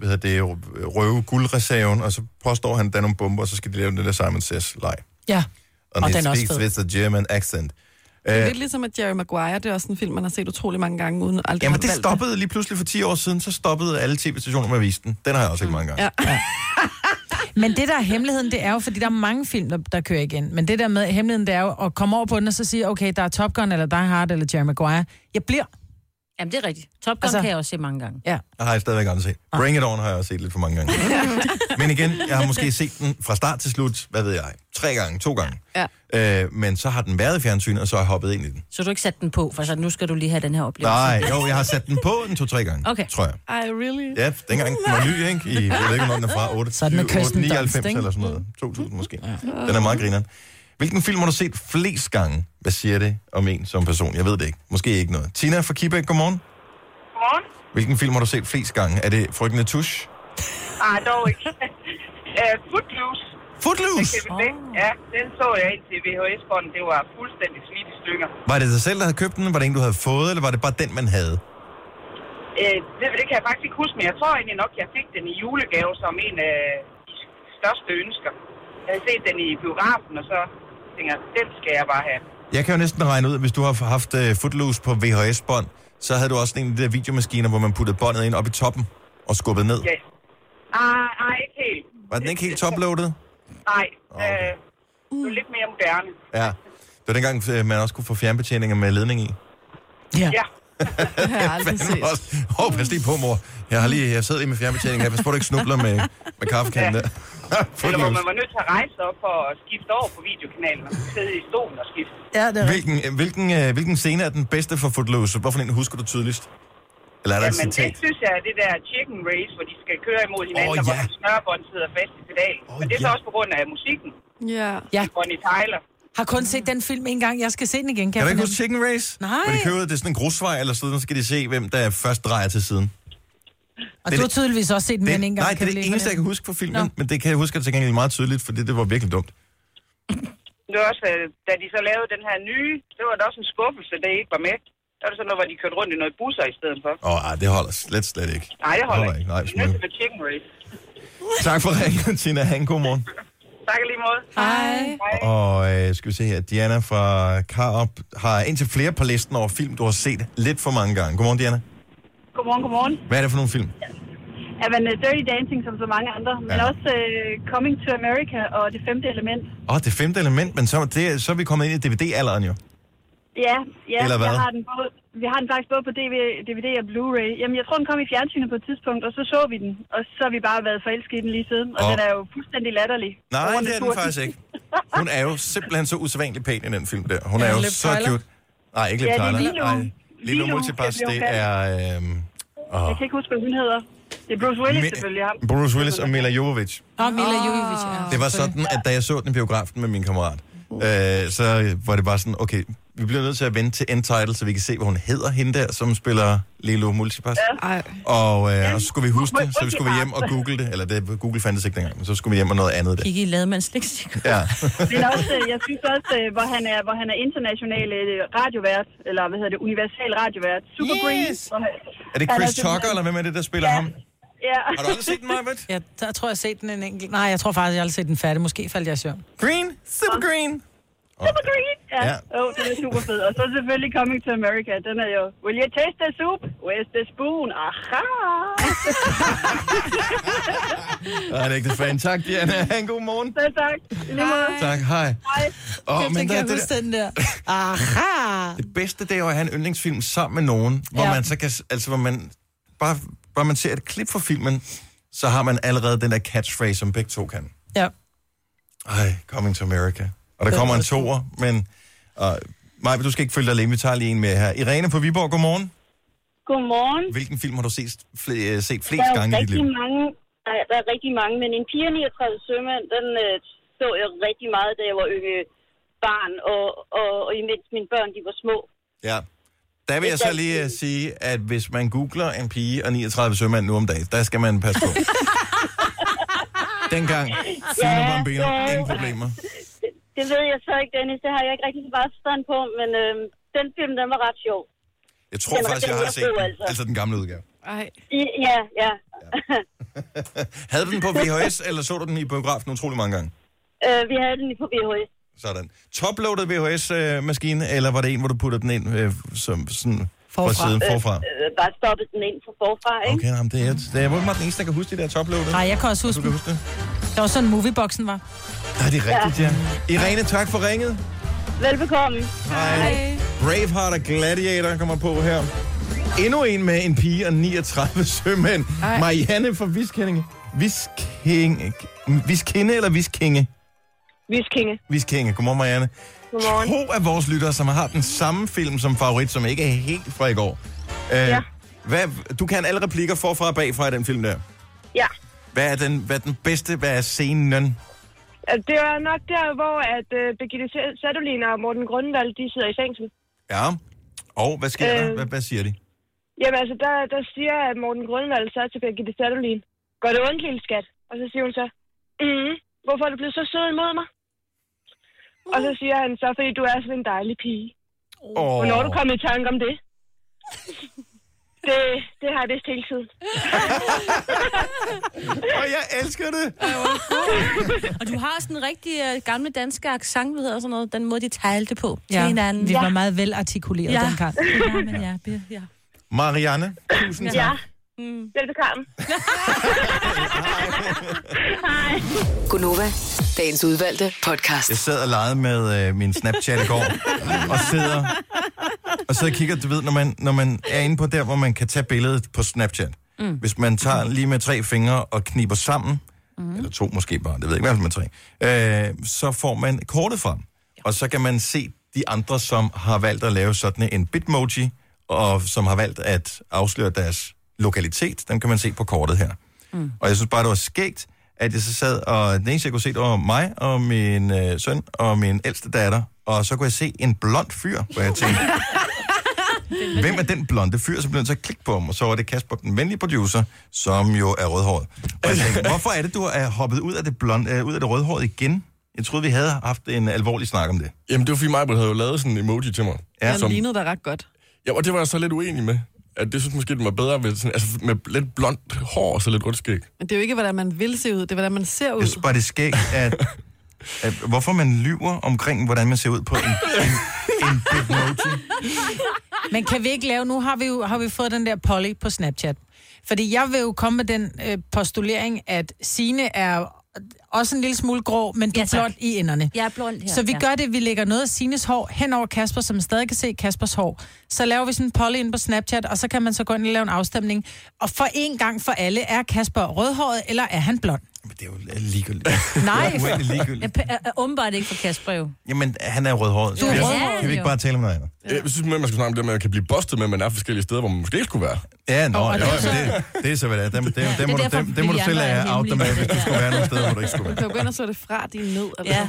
røve guldreserven, og så påstår han, at der er nogle bomber, og så skal de lave den der Simon Says-leg. Ja, og den er også fed. With a German accent. Det er lidt ligesom at Jerry Maguire, det er også en film, man har set utrolig mange gange, uden aldrig Jamen, det stoppede lige pludselig for 10 år siden, så stoppede alle tv-stationer med at vise den. Den har jeg også set mange gange. Ja. Men det der er hemmeligheden, det er jo, fordi der er mange film, der kører igen. Men det der med hemmeligheden, det er jo at komme over på den og så sige, okay, der er Top Gun, eller Die Hard, eller Jerry Maguire. Jeg bliver. Jamen, det er rigtigt. Top Gun kan jeg også se mange gange. Ja. Jeg har stadigvæk aldrig set. Bring It On har jeg også set lidt for mange gange. Men igen, jeg har måske set den fra start til slut, hvad ved jeg, 3 gange, 2 gange. Ja. Men så har den været i fjernsynet, og så har jeg hoppet ind i den. Så du ikke sat den på, for så nu skal du lige have den her oplevelse? Nej, jo, jeg har sat den på 2-3 gange, tror jeg. Really? Ja, dengang den var ny, ikke? I, jeg ved ikke, hvornår den er fra, 99 eller sådan noget. 2000 måske. Ja. Den er meget grineren. Hvilken film har du set flest gange? Hvad siger det om en som person? Jeg ved det ikke. Måske ikke noget. Tina fra Kibæk, godmorgen. Godmorgen. Hvilken film har du set flest gange? Er det Frygtende Tusch? Nej, dog ikke. Footloose. Footloose? Ja, den så jeg ind til VHS-bånden. Det var fuldstændig slidt i stykker. Var det dig selv, der havde købt den? Var det en, du havde fået, eller var det bare den, man havde? Det kan jeg faktisk ikke huske, men jeg tror egentlig nok, jeg fik den i julegave som en af de største ønsker. Jeg havde set den i biografen, og så tænkte jeg, den skal jeg bare have. Jeg kan jo næsten regne ud, at hvis du har haft Footloose på VHS-bånd, så havde du også en af de der videomaskiner, hvor man puttede båndet ind op i toppen og skubbede ned. Ja. Nej, ikke helt. Var den ikke helt toploadet? Nej, det var lidt mere moderne. Ja, det var dengang, man også kunne få fjernbetjeninger med ledning i. Ja. Det har jeg aldrig set. Pas lige på, mor. Jeg sidder lige med fjernbetjeningen her. Pas på, du ikke snubler med kaffekanden der. Eller hvor man var nødt til at rejse op og skifte over på videokanalen og sidde i stolen og skifte. Ja, det er hvilken scene er den bedste for Footloose? Hvorfor en husker du tydeligst? Eller er der et citat? Det synes jeg er det der chicken race, hvor de skal køre imod hinanden, og hvor snørbånd sidder fast i pedal. Men det er så også på grund af musikken. Ja. Bonnie Tyler. Har kun set den film en gang. Jeg skal se den igen. Kan du ikke huske Chicken Race? Nej. Hvor de kører, det er sådan en grusvej eller sådan, så skal de se, hvem der først drejer til siden. Og du har tydeligvis også set den en gang. Nej, det er det eneste, jeg kan huske fra filmen, men det kan jeg huske til gengæld meget tydeligt, fordi det var virkelig dumt. Det var også, da de så lavede den her nye, det var da også en skuffelse, da I ikke var med. Der var det sådan noget, hvor de kørte rundt i noget busser i stedet for. Det holder slet ikke. Nej, det holder ikke. Nej, det er nødt til Chicken Race. Tak for ringen, Tina. Ha' en god morgen. Tak lige måde. Hej. Og skal vi se her, Diana fra Karup har indtil flere på listen over film, du har set lidt for mange gange. Godmorgen, Diana. Godmorgen. Hvad er det for nogle film? Ja, men Dirty Dancing som så mange andre, men også Coming to America og Det Femte Element. Det Femte Element, men så er vi kommet ind i DVD-alderen jo. Ja, eller hvad? Vi har den faktisk både på DVD og Blu-ray. Jamen, jeg tror, den kom i fjernsynet på et tidspunkt, og så vi den. Og så har vi bare været forelsket i den lige siden. Og den er jo fuldstændig latterlig. Nej, det er den faktisk ikke. Hun er jo simpelthen så usædvanligt pæn i den film der. Hun er jo så cute. Nej, ikke Liv Tyler. Lilo Multipass, det er... Jeg kan ikke huske, hvad hun hedder. Det er Bruce Willis selvfølgelig. Bruce Willis og Mila Jovovich. Mila Jovovich, ja. Det var sådan, at da jeg så den i biografen med min kammerat, så var det bare sådan, okay, vi bliver nødt til at vente til end-title, så vi kan se, hvad hun hedder, hende der, som spiller Lilo Multipass. Og så skulle vi huske det, så vi skulle hjem og google det. Eller Google fandtes ikke dengang, men så skulle vi hjem og noget andet der. Kigge i Lademandslægstik. Ja. Men også, jeg synes også, hvor han er international radiovært, eller hvad hedder det, universal radiovært. Super Green. Er det Chris Tucker, eller hvem er det, der spiller ham? Ja. Har du aldrig set den, Marvitt? Ja, der tror jeg, set den en enkelt. Nej, jeg tror faktisk, jeg aldrig set den færdig. Måske faldt jeg i søvn. Green? Super Green? Super Green? Ja. Den er super fed. Og så selvfølgelig Coming to America. Den er jo, will you taste the soup? Where's the spoon? Aha! Nej, det er ikke det fan. Tak, Diana. Ha' en god morgen. Tak. Tak, hej. Men kan huske den der. Aha! Det bedste, det er jo at have en yndlingsfilm sammen med nogen, hvor man så kan, altså hvor man bare man ser et klip fra filmen, så har man allerede den der catchphrase, som begge to kan. Ja. Coming to America. Og der kommer en toer, men... Maja, du skal ikke følge dig alene, vi tager lige en med her. Irene på Viborg, godmorgen. Godmorgen. Hvilken film har du set flest gange i dit liv? Der er rigtig mange, men en 439 sømand, den så jeg rigtig meget, da jeg var barn, og imens mine børn, de var små. Ja. Der vil jeg så lige sige, at hvis man googler en pige og 39 sømand nu om dagen, der skal man passe på. Dengang, Fine Bambino, ingen problemer. Det ved jeg så ikke, Dennis. Det har jeg ikke rigtig så meget forstand på, men den film, den var ret sjov. Jeg tror faktisk, jeg har set den. Altså den gamle udgave. Ej. Ja. Havde du den på VHS, eller så du den i biografen utrolig mange gange? Vi havde den på VHS. Sådan. Toploadet VHS-maskine, eller var det en, hvor du putter den ind som sådan fra siden forfra? Bare stoppet den ind fra forfra, ikke? Okay, jamen, det er den eneste, der kan huske det der toploadet. Nej, jeg kan også huske den. Der var sådan movieboxen var. Nej, det er rigtigt, ja. Irene, tak for ringet. Velbekomme. Hej. Braveheart og Gladiator kommer på her. Endnu en med en pige og 39 sømænd. Marianne fra Viskinde eller Viskinge? Viskinge. Godmorgen, Marianne. Godmorgen. 2 af vores lyttere, som har den samme film som favorit, som ikke er helt fra i går. Ja. Du kan alle replikker forfra og bagfra i den film der. Ja. Hvad er den bedste? Hvad er scenen? Det er nok der, hvor at Birgitte Sadolin og Morten Grønvald, de sidder i fængsel. Ja. Og hvad sker der? Hvad siger de? Jamen altså, der siger at Morten Grønvald så til Birgitte Sadolin, gør det ondt, lille skat? Og så siger hun så, hvorfor er du blevet så sød imod mig? Og så siger han så, fordi du er sådan en dejlig pige. Hvornår er du kommet i tanke om det? Det har jeg vist hele tiden. Og jeg elsker det. Og du har sådan en rigtig gamle danske accent, ved sådan noget, den måde, de talte på til Ja, hinanden. vi var meget velartikuleret dengang. Ja. Marianne, tusind tak. Ja. Velbekomme. Hej. Gunova, dagens udvalgte podcast. Jeg sad og legede med min Snapchat i går, og sidder og kigger, du ved, når man er inde på der, hvor man kan tage billedet på Snapchat. Hvis man tager lige med 3 fingre og kniber sammen, eller 2 måske bare, det ved jeg ikke, hvad med 3, så får man kortet frem. Og så kan man se de andre, som har valgt at lave sådan en bitmoji, og som har valgt at afsløre deres lokalitet. Dem kan man se på kortet her. Og jeg synes bare, det var skægt, at jeg så sad, og den eneste, jeg kunne se, det var mig og min søn og min ældste datter, og så kunne jeg se en blond fyr, hvor jeg tænkte, hvem er den blonde fyr? Så blev jeg så klikke på ham, og så var det Kasper, den venlige producer, som jo er rødhåret. Og jeg tænkte, hvorfor er det, du er hoppet ud af det rødhåret igen? Jeg troede, vi havde haft en alvorlig snak om det. Jamen, det var fordi Majbert havde jo lavet sådan en emoji til mig. Ja, den lignede da ret godt. Ja, og det var jeg så lidt uenig med. At det synes måske, det var bedre ved, sådan, altså med lidt blondt hår og så lidt rødt skæg. Men det er jo ikke, hvordan man vil se ud, det er, hvordan man ser ud. Jeg synes bare, det er skægt, at hvorfor man lyver omkring, hvordan man ser ud på en bitmoji. Men kan vi ikke lave, nu har vi fået den der Polly på Snapchat. Fordi jeg vil jo komme med den postulering, at Signe er også en lille smule grå, men du er blond i enderne. Jeg er blond her. Så vi gør det, vi lægger noget af Signes hår hen over Kasper, så man stadig kan se Kaspers hår. Så laver vi sådan en Polly ind på Snapchat, og så kan man så gå ind og lave en afstemning. Og for en gang for alle, er Kasper rødhåret, eller er han blond? Men det er jo ligegyldigt. Nej, åbenbart ikke for Kasper jo. Jamen, han er rødhåret. Kan vi ikke bare tale om noget andet? Jeg synes, man skal snakke om det, at man kan blive bustet med, at man er forskellige steder, hvor man måske ikke skulle være. Ja, det er så, hvad det er. Det må du selv out dem af, hvis du skulle være nogle steder, hvor du ikke skulle være. Du kan jo gå ind og så det fra din ned. Ja.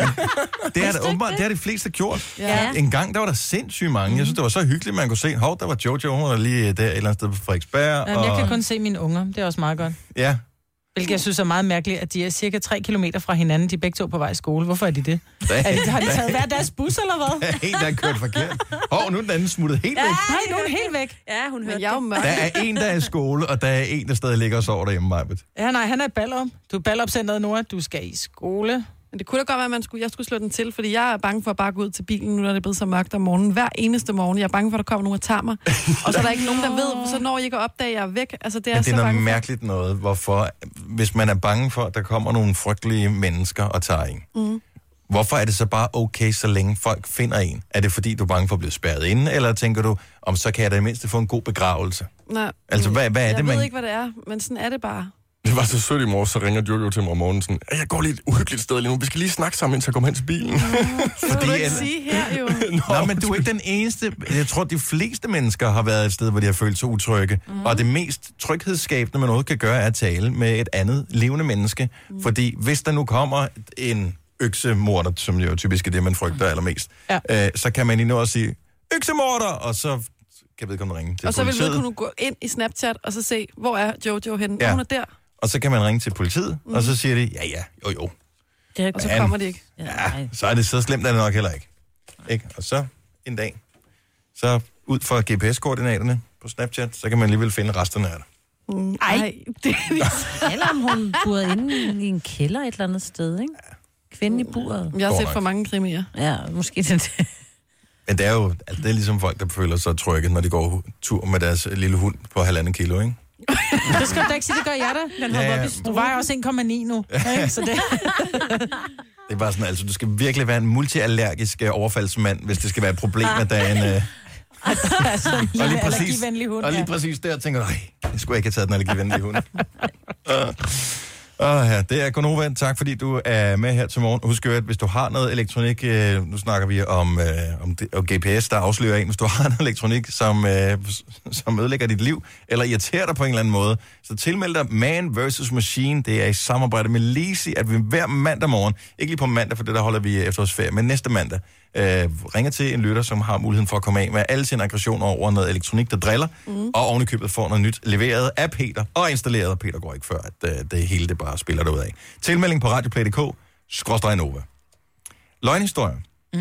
Det er det åbenbart, det har de fleste gjort. Ja. En gang, der var der sindssygt mange. Jeg synes, det var så hyggeligt, man kunne se, der var Jojo, hun var lige der et eller andet sted på Frederiksberg. Jeg kan kun se mine unger, det er også meget godt. Ja. Hvilket jeg synes er meget mærkeligt, at de er cirka 3 kilometer fra hinanden, de er begge 2 på vej i skole. Hvorfor er de det? Har de taget hver deres bus, eller hvad? Der er en, der er kørt forkert. Nu er den anden smuttet helt væk. Nej, nu er den helt væk. Ja, hun hørte det. Der er en, der er i skole, og der er en, der stadig ligger og sover derhjemme, Majbet. Ja, nej, han er i Ballerup. Du er Ballerup-centret nu, du skal i skole. Men det kunne da godt være, at jeg skulle slå den til, fordi jeg er bange for at bare gå ud til bilen, nu når det er blevet så mørkt om morgenen. Hver eneste morgen. Jeg er bange for, at der kommer nogen og tager mig. Og så er der ikke nogen, der ved, så når jeg ikke opdager, at jeg er væk. Altså, det er, men det er så noget mærkeligt noget, hvorfor, hvis man er bange for, at der kommer nogle frygtelige mennesker og tager en. Hvorfor er det så bare okay, så længe folk finder en? Er det fordi, du er bange for at blive spærret inde, eller tænker du, så kan jeg da i mindste få en god begravelse? Nej. Altså, hvad er det, jeg ved ikke, hvad det er, men sådan er det bare. Det var så sødt i morges, så ringer Jojo til mig om morgenen sådan, jeg går lige et uhyggeligt sted lige nu, vi skal lige snakke sammen, indtil jeg kommer hen til bilen. Fordi du ikke sige her, jo. Nå, men du er ikke den eneste. Jeg tror, de fleste mennesker har været et sted, hvor de har følt sig utrygge. Og det mest tryghedsskabende, man noget kan gøre, er at tale med et andet levende menneske. Fordi hvis der nu kommer en øksemorder, som jo typisk er det, man frygter allermest, så kan man lige nå at sige, øksemorder, og så kan vedkommende ringe til politiet. Og så vil du kunne gå ind i Snapchat og så se, hvor er Jojo henne? Ja. Hun er der. Og så kan man ringe til politiet, og så siger de, jo. Og så kommer det ikke. Ja, så er det så slemt, er det nok heller ikke. Og så en dag, så ud fra GPS-koordinaterne på Snapchat, så kan man alligevel finde resterne af det. Ej, det er eller om hun boede inde i en kælder et eller andet sted, ikke? Kvinden i buret. Jeg har set for mange krimier. Ja, måske det. Men det er jo det er ligesom folk, der føler sig trygge, når de går tur med deres lille hund på 1,5 kilo, ikke? Det skal du da ikke sige, det gør jeg da. Den ja. Du vejer også 1,9 nu. Ja. Så det... Det er bare sådan, altså du skal virkelig være en multiallergisk overfaldsmand, hvis det skal være et problem, at der er en... altså, en lille allergivenlig hund. Og lige præcis der tænker jeg, jeg skulle ikke have taget den allergivenlige hund. Ja, det er Gonova. Tak fordi du er med her til morgen. Husk at hvis du har noget elektronik, nu snakker vi om GPS, der afslører en, hvis du har noget elektronik, som ødelægger dit liv, eller irriterer dig på en eller anden måde, så tilmeld dig Man vs. Machine. Det er i samarbejde med Lisi, at vi hver mandag morgen, ikke lige på mandag, for det der holder vi efterårsferie, men næste mandag, ringer til en lytter, som har muligheden for at komme af med alle sine aggressioner over noget elektronik, der driller, og ovenikøbet får noget nyt leveret af Peter, og installeret af Peter går ikke før, at det hele det bare spiller derud af. Tilmelding på radioplay.dk/Nova. Løgnhistorier.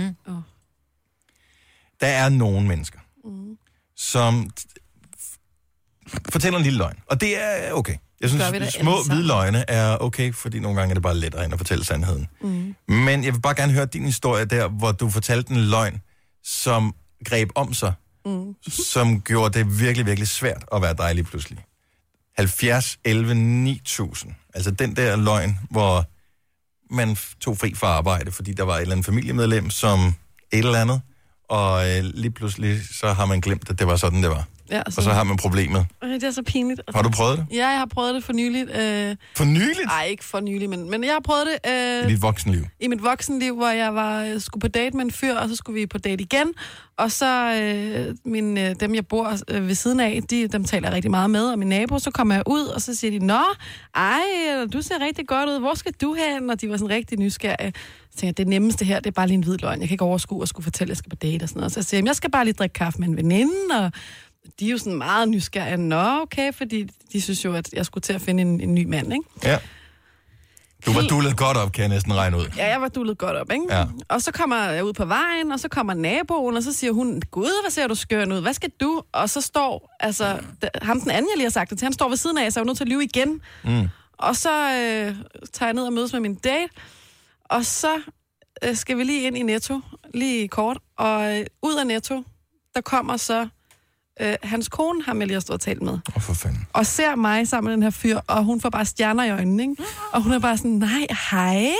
Der er nogle mennesker, som fortæller en lille løgn, og det er okay. Jeg synes, små hvide løgne er okay, fordi nogle gange er det bare lettere end at fortælle sandheden. Men jeg vil bare gerne høre din historie der, hvor du fortalte en løgn, som greb om sig, som gjorde det virkelig, virkelig svært at være dig lige pludselig. 70, 11, 9000. Altså den der løgn, hvor man tog fri fra arbejde, fordi der var et eller andet familiemedlem, som et eller andet, og lige pludselig så har man glemt, at det var sådan, det var. Ja, og så har man problemet. Det er så pinligt. Har du prøvet det? Ja, jeg har prøvet det for nyligt. For nyligt? Nej, ikke for nyligt, men jeg har prøvet det... I dit voksenliv? I mit voksenliv, hvor jeg skulle på date med en fyr, og så skulle vi på date igen. Og så dem, jeg bor ved siden af, dem taler jeg rigtig meget med, og min nabo, så kommer jeg ud, og så siger de, nå, du ser rigtig godt ud, hvor skal du hen? Og de var sådan rigtig nysgerrige. Så tænkte jeg, det nemmeste her, det er bare lige en hvid løgn. Jeg kan ikke overskue og skulle fortælle, at jeg skal på date og sådan noget. Så jeg siger, jeg skal bare lige drikke kaffe med en veninde, og de er jo sådan meget nysgerrige. Nå, okay, fordi de synes jo, at jeg skulle til at finde en ny mand, ikke? Ja. Du var dullet godt op, kan jeg næsten regne ud. Ja, jeg var dullet godt op, ikke? Ja. Og så kommer jeg ud på vejen, og så kommer naboen, og så siger hun, gud, hvad ser du skøn ud? Hvad skal du? Og så står, ham den anden, jeg lige har sagt det til, han står ved siden af, så jeg var nødt til at lyve igen. Og så tager jeg ned og mødes med min date, og så skal vi lige ind i Netto, lige kort, og ud af Netto, der kommer så hans kone, ham jeg lige har stået og talt med. For fanden. Og ser mig sammen med den her fyr, og hun får bare stjerner i øjnene, ikke? Og hun er bare sådan, nej, hej,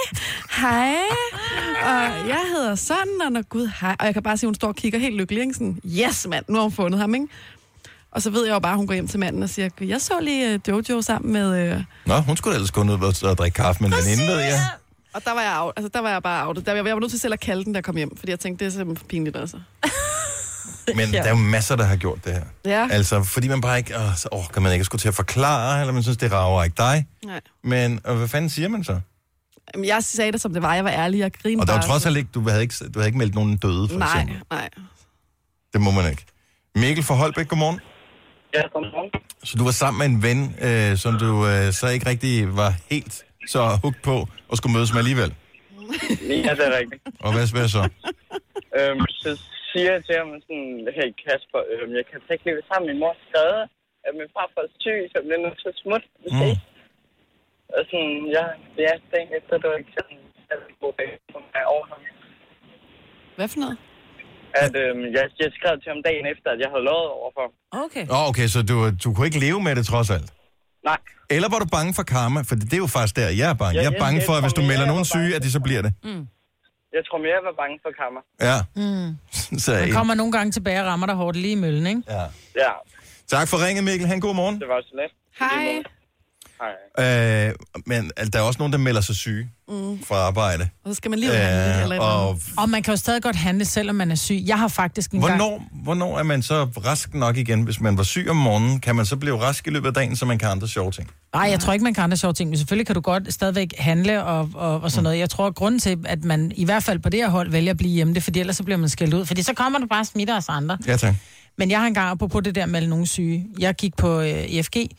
og jeg hedder sådan, og når gud, hej. Og jeg kan bare se, hun står og kigger helt lykkelig, ikke? Sådan, yes, mand, nu har hun fundet ham, ikke? Og så ved jeg jo bare, hun går hjem til manden og siger, jeg så lige Jojo sammen med... Nå, hun skulle ellers gå ned og drikke kaffe med en veninde, ved jeg. Og der var jeg bare outet. Jeg var nødt til selv at kalde den, der kom hjem, fordi jeg tænkte, det er simpelthen pinligt, altså. Men der er jo masser, der har gjort det her. Ja. Altså, fordi man bare ikke... så orker man ikke skulle til at forklare, eller man synes, det rager ikke dig. Nej. Men hvad fanden siger man så? Jamen, jeg sagde det, som det var. Jeg var ærlig. Jeg grinede. Og der var bare trods alt ikke... Du havde ikke meldt nogen døde, for eksempel. Nej. Det må man ikke. Mikkel fra Holbæk, godmorgen. Ja, godmorgen. Så du var sammen med en ven, som du så ikke rigtig var helt så hugt på, og skulle mødes med alligevel? Ja, det er rigtigt. Og hvad så? Så siger jeg til ham sådan, hey Kasper, jeg kan ikke leve sammen. Min mor skrevet, at min far får syg, så bliver nødt til at smutte. Og sådan, jeg tænkte efter, det var ikke sådan, at det var god dag for mig over ham. Hvad for noget? At jeg skrev til ham dagen efter, at jeg havde lovet overfor. Okay. Okay, så du kunne ikke leve med det trods alt? Nej. Eller var du bange for karma? For det er jo faktisk der, jeg er bange. Jeg er bange for, at hvis du melder nogen syge, at de så bliver det. Jeg tror mere, jeg var bange for karma. Ja. Så man kommer nogle gange tilbage og rammer dig hårdt lige i møllen, ikke? Ja. Tak for ringet, Mikkel. Han god morgen. Det var så let. Hej. Hej. Men der er også nogen, der melder sig syge fra arbejde. Og så skal man lige handle eller og man kan jo stadig godt handle, selvom man er syg. Jeg har faktisk en gang... Hvornår er man så rask nok igen? Hvis man var syg om morgenen, kan man så blive rask i løbet af dagen, så man kan andre sjove ting? Nej, jeg tror ikke, man kan andre sjove ting. Men selvfølgelig kan du godt stadigvæk handle og sådan noget. Jeg tror, at grunden til, at man i hvert fald på det her hold vælger at blive hjemme, det fordi ellers så bliver man skældt ud. Fordi så kommer du bare og smitter os andre. Ja, tak. Men jeg har engang på det der med nogen syge. Jeg gik på EFG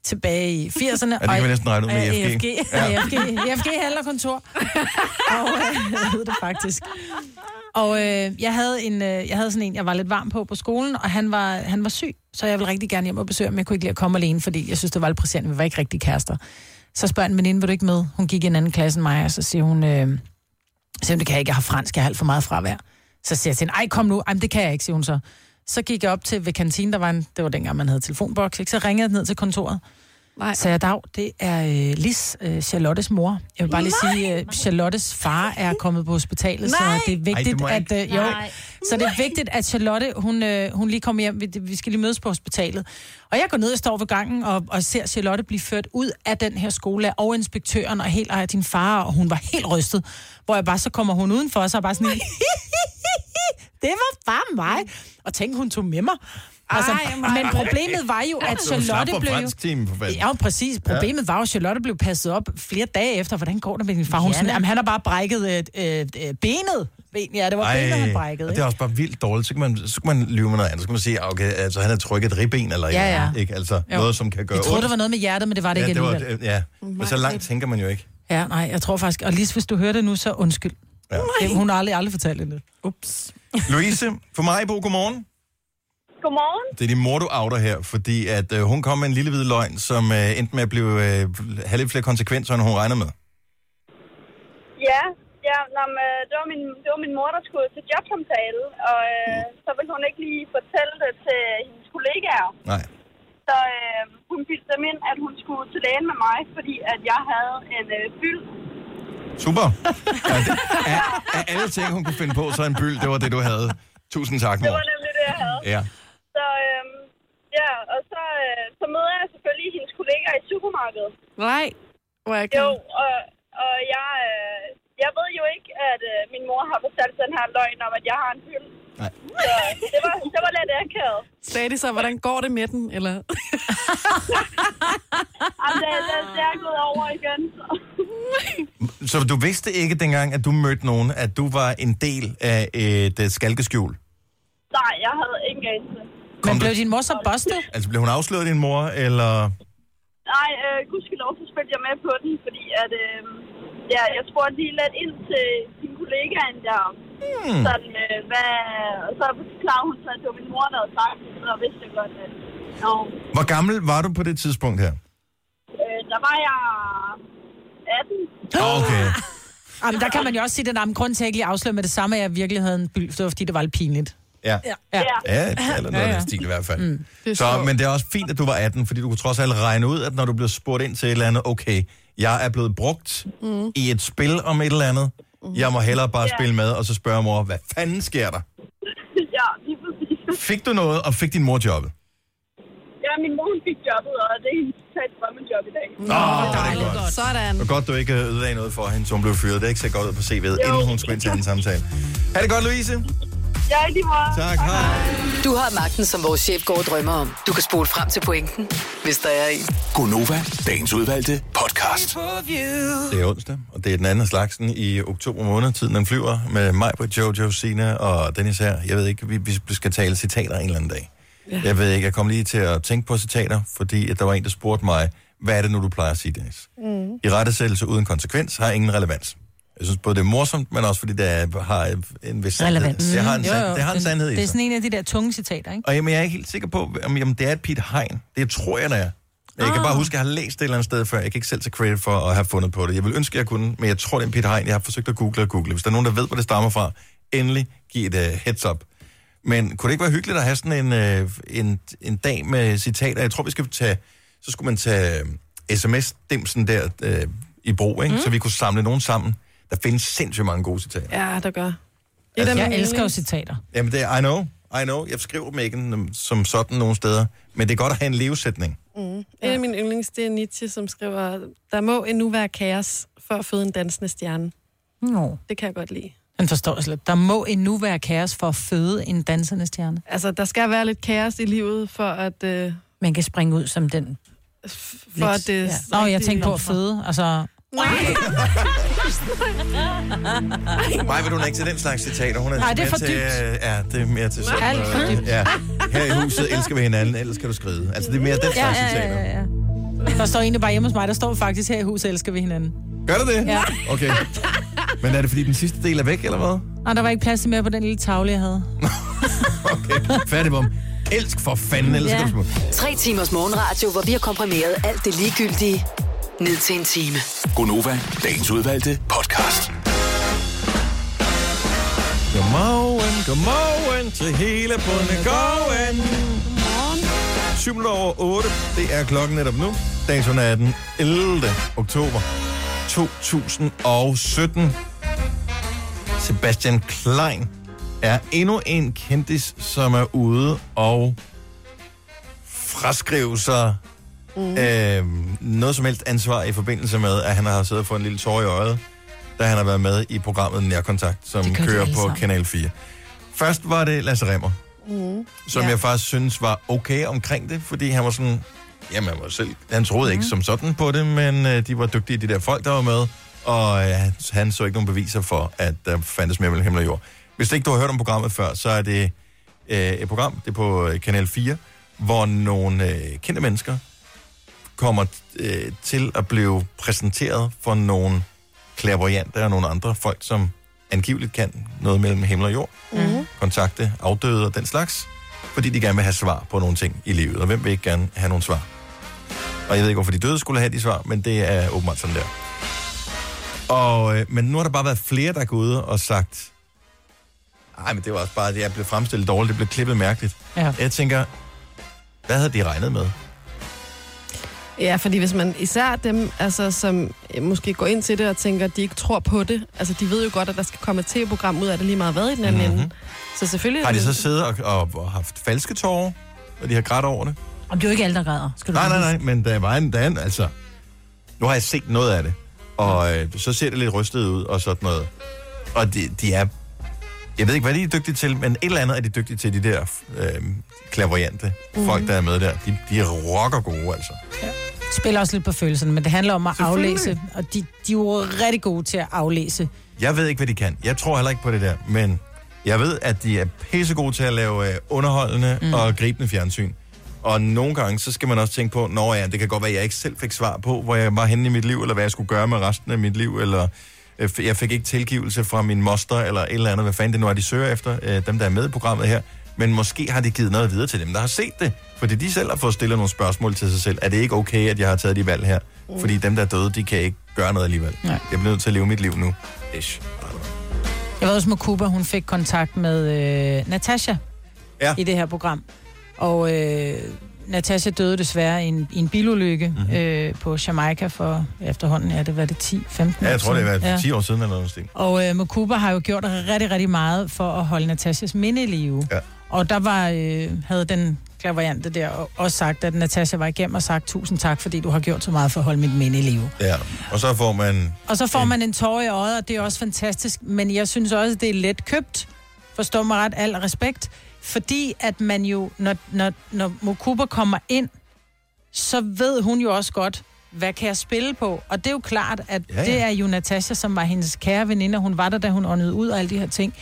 tilbage i 80'erne. Ja, det kan vi næsten regne ud med EFG. EFG handlerkontor. Og jeg ved det faktisk. Og jeg havde sådan en, jeg var lidt varm på skolen, og han var syg, så jeg ville rigtig gerne hjem og besøge ham. Jeg kunne ikke lide at komme alene, fordi jeg synes, det var lidt presserende. Vi var ikke rigtig kærester. Så spørger en veninde, vil du ikke med? Hun gik i en anden klasse end mig, og så siger hun, det kan jeg ikke, jeg har fransk, jeg har alt for meget fravær. Så siger jeg til hende, ej, kom nu. Ej, det kan jeg ikke, siger hun så. Så gik jeg op til ved kantinen, det var dengang, man havde telefonboks, ikke? Så ringede jeg ned til kontoret. Nej. Så jeg, dag, det er Lis, Charlottes mor. Jeg vil bare lige sige, Charlottes far er kommet på hospitalet, så det er vigtigt, så det er vigtigt, at Charlotte, hun lige kommer hjem. Vi skal lige mødes på hospitalet. Og jeg går ned og står ved gangen og ser Charlotte blive ført ud af den her skole og inspektøren og helt af din far, og hun var helt rystet. Hvor jeg bare, så kommer hun udenfor, og så er bare sådan, det var bare mig. Og tænkte, hun tog med mig. Altså, men problemet var jo, at Charlotte blev... Ja, præcis. Problemet var jo, at Charlotte blev passet op flere dage efter. Hvordan går det med din far? Hun sådan, han har bare brækket benet. Ja, det var benet, han brækkede. Det er også bare vildt dårligt. Så kan man lyve med noget andet. Så kan man sige, okay, altså, han har trykket et ribben eller ikke? Altså, noget, som kan gøre ondt. Jeg troede, det var noget med hjertet, men det var det ikke alligevel. Men så langt tænker man jo ikke. Ja, nej, jeg tror faktisk... Og lige hvis du hører det nu, så undskyld. Ja. Hun har aldrig fortalt det. Ups. Louise, for mig, Bo, godmorgen. Godmorgen. Det er din mor, du outer her, fordi at hun kom med en lille hvid løgn, som endte med at have lidt flere konsekvenser, end hun regner med. Ja, det var min mor, der skulle til jobsamtale, og så ville hun ikke lige fortælle det til hendes kollegaer. Nej. Så hun bildte dem ind, at hun skulle til lægen med mig, fordi at jeg havde en byld. Super. Af alle ting, hun kunne finde på, så en byld, det var det, du havde. Tusind tak, mor. Det var nemlig det, jeg havde. Ja. Så, og så møder jeg selvfølgelig hendes kollegaer i supermarkedet. Nej, hvor jeg kan. Jo, og jeg ved jo ikke, at min mor har fortalt den her løgn om, at jeg har en fyld. Nej. Så det var lidt akavet. Sagde de så, hvordan går det med den, eller? Det er gået over igen, så. Så du vidste ikke dengang, at du mødte nogen, at du var en del af et skalkeskjul? Nej, jeg havde ingen anelse. Men blev din mor så bustet? Altså, blev hun afsløret, din mor, eller? Nej, gudskelov, så spillede jeg med på den, fordi at, jeg spurgte lige lidt ind til sin kollegaen der. Sådan, og så forklarede hun så, at det var min mor, der havde sagt, så vidste jeg godt, at Hvor gammel var du på det tidspunkt her? Der var jeg 18. Okay. Jamen, der kan man jo også sige, at grunden til, at jeg ikke lige afslører med det samme, at jeg virkelig havde en byld, det var, fordi det var lidt pinligt. Ja, eller noget af den stil i hvert fald. Men det er også fint, at du var 18, fordi du kunne trods alt regne ud, at når du blev spurgt ind til et eller andet, okay, jeg er blevet brugt i et spil om et eller andet, jeg må hellere bare spille med, og så spørge mor, hvad fanden sker der? Ja, lige præcis. Fik du noget, og fik din mor jobbet? Ja, min mor fik jobbet, og det er hendes drømmejob i dag. Det er godt. Sådan. Det var godt, du ikke ødelagde noget for hende, så hun blev fyret. Det er ikke så godt ud på CV'et, inden hun skulle ind til en samtale. Ha' det godt, Louise. Ja, lige meget. Tak, hej. Du har magten, som vores chef går og drømmer om. Du kan spole frem til pointen, hvis der er en. Gonova, dagens udvalgte podcast. Det er onsdag, og det er den anden slagsen i oktober måned. Tiden den flyver med mig på Jojo, Sina og Dennis her. Jeg ved ikke, vi skal tale citater en eller anden dag. Ja. Jeg ved ikke, jeg kom lige til at tænke på citater, fordi at der var en, der spurgte mig, hvad er det nu, du plejer at sige, Dennis? I rettesættelse uden konsekvens har ingen relevans. Jeg synes både det er morsomt, men også fordi det har en vis relevans. Det har en sandhed i sig. Det er sådan en af de der tunge citater, ikke? Og jeg er ikke helt sikker på, om det er et Piet Hein. Det tror jeg, det er. Jeg kan bare huske, at jeg har læst det et eller andet sted før. Jeg kan ikke selv tage credit for at have fundet på det. Jeg vil ønske, at jeg kunne, men jeg tror, det er en Piet Hein. Jeg har forsøgt at google. Hvis der er nogen, der ved, hvor det stammer fra, endelig giv et heads up. Men kunne det ikke være hyggeligt at have sådan en dag med citater? Jeg tror, så skulle man tage sms-dimsen der i brug, ikke? Så vi kunne samle nogen sammen. Der findes sindssygt mange gode citater. Ja, der gør. Jeg elsker jo citater. Jamen, det er, I know. Jeg skriver dem ikke som sådan nogle steder. Men det er godt at have en levesætning. En af mine yndlings, det er Nietzsche, som skriver, der må endnu være kaos for at føde en dansende stjerne. Det kan jeg godt lide. Den forstår jeg slet. Der må endnu være kaos for at føde en dansende stjerne. Altså, der skal være lidt kaos i livet, for at... Man kan springe ud som den... For at det... Ja. Jeg tænker på at føde, altså... Mig vil hun ikke til den slags citater. Hun er nej, det er for dybt. Det er mere til sådan noget. Ja. Her i huset elsker vi hinanden, ellers kan du skride. Altså, det er mere den slags citater. Ja. Der står egentlig bare hjemme hos mig, der står faktisk, her i huset elsker vi hinanden. Gør det det? Ja. Okay. Men er det fordi den sidste del er væk, eller hvad? Nej, der var ikke plads til mere på den lille tavle, jeg havde. Okay, færdig bum. Elsk for fanden, ellers skal du 3 timers morgenradio, hvor vi har komprimeret alt det ligegyldige ned til en time. Gonova, dagens udvalgte podcast. Godmorgen til hele Bondegården. Godmorgen. 7:08, det er klokken netop nu. Datoen er den 11. oktober 2017. Sebastian Klein er endnu en kendis, som er ude og fraskrive sig noget som helst ansvar i forbindelse med, at han har siddet og fået en lille tår i øjet, da han har været med i programmet Nærkontakt, som kører på Kanal 4. Først var det Lasse Rimmer, som jeg faktisk synes var okay omkring det, fordi han var sådan, jamen han troede ikke som sådan på det, men de var dygtige, de der folk, der var med, og han så ikke nogen beviser for, at der fandtes mere mellem himmel og jord. Hvis ikke du har hørt om programmet før, så er det et program, det er på Kanal 4, hvor nogle kendte mennesker kommer til at blive præsenteret for nogle clairvoyanter og nogle andre folk, som angiveligt kan noget mellem himmel og jord. Kontakte afdøde og den slags, fordi de gerne vil have svar på nogle ting i livet. Og hvem vil ikke gerne have nogle svar? Og jeg ved ikke, hvorfor de døde skulle have de svar, men det er åbenbart sådan der. Men nu har der bare været flere, der er gået og sagt, men det var også bare, at jeg blev fremstillet dårligt, det blev klippet mærkeligt. Ja. Jeg tænker, hvad havde de regnet med? Ja, fordi hvis man især dem, altså, som måske går ind til det og tænker, at de ikke tror på det, altså de ved jo godt, at der skal komme et tv-program ud af det lige meget hvad i den anden ende. Så selvfølgelig... Har de så siddet og haft falske tårer, og de har grædt over det? Om det er jo ikke alle, der græder. Nej, men der var en, altså... Nu har jeg set noget af det, og så ser det lidt rystet ud og sådan noget. Og de er... Jeg ved ikke, hvad de er dygtige til, men et eller andet er de dygtige til, de der clairvoyante folk, der er med der. De er rocker gode, altså. Ja. Spiller også lidt på følelserne, men det handler om at aflæse, og de er jo rigtig gode til at aflæse. Jeg ved ikke, hvad de kan. Jeg tror heller ikke på det der, men jeg ved, at de er pissegode til at lave underholdende og gribende fjernsyn. Og nogle gange, så skal man også tænke på, det kan godt være, at jeg ikke selv fik svar på, hvor jeg var henne i mit liv, eller hvad jeg skulle gøre med resten af mit liv, eller jeg fik ikke tilgivelse fra min moster, eller et eller andet, hvad fanden det nu er, de søger efter, dem der er med i programmet her. Men måske har de givet noget videre til dem, der har set det. Fordi de selv har fået stillet nogle spørgsmål til sig selv. Er det ikke okay, at jeg har taget de valg her? Fordi dem, der er døde, de kan ikke gøre noget alligevel. Nej. Jeg bliver nødt til at leve mit liv nu. Ish. Jeg var også med Cuba, hun fik kontakt med Natasha i det her program. Og Natasha døde desværre i en bilulykke på Jamaica for efterhånden, det var det 10-15 år siden. Ja, jeg tror, det var 10 år siden eller noget sted. Og Mokuba har jo gjort rigtig, rigtig meget for at holde Natashas minde i live. Ja. Og der havde den clairvoyante der også sagt, at Natasha var igennem og sagt, 1000 tak, fordi du har gjort så meget for at holde mit minde i live. Ja, og så får man... en tår i øjet, og det er også fantastisk. Men jeg synes også, at det er let købt. Forstår mig ret, al respekt. Fordi at man jo, når Mokuba kommer ind, så ved hun jo også godt, hvad kan jeg spille på? Og det er jo klart, at det er jo Natasha, som var hendes kære veninde, og hun var der, da hun åndede ud og alle de her ting.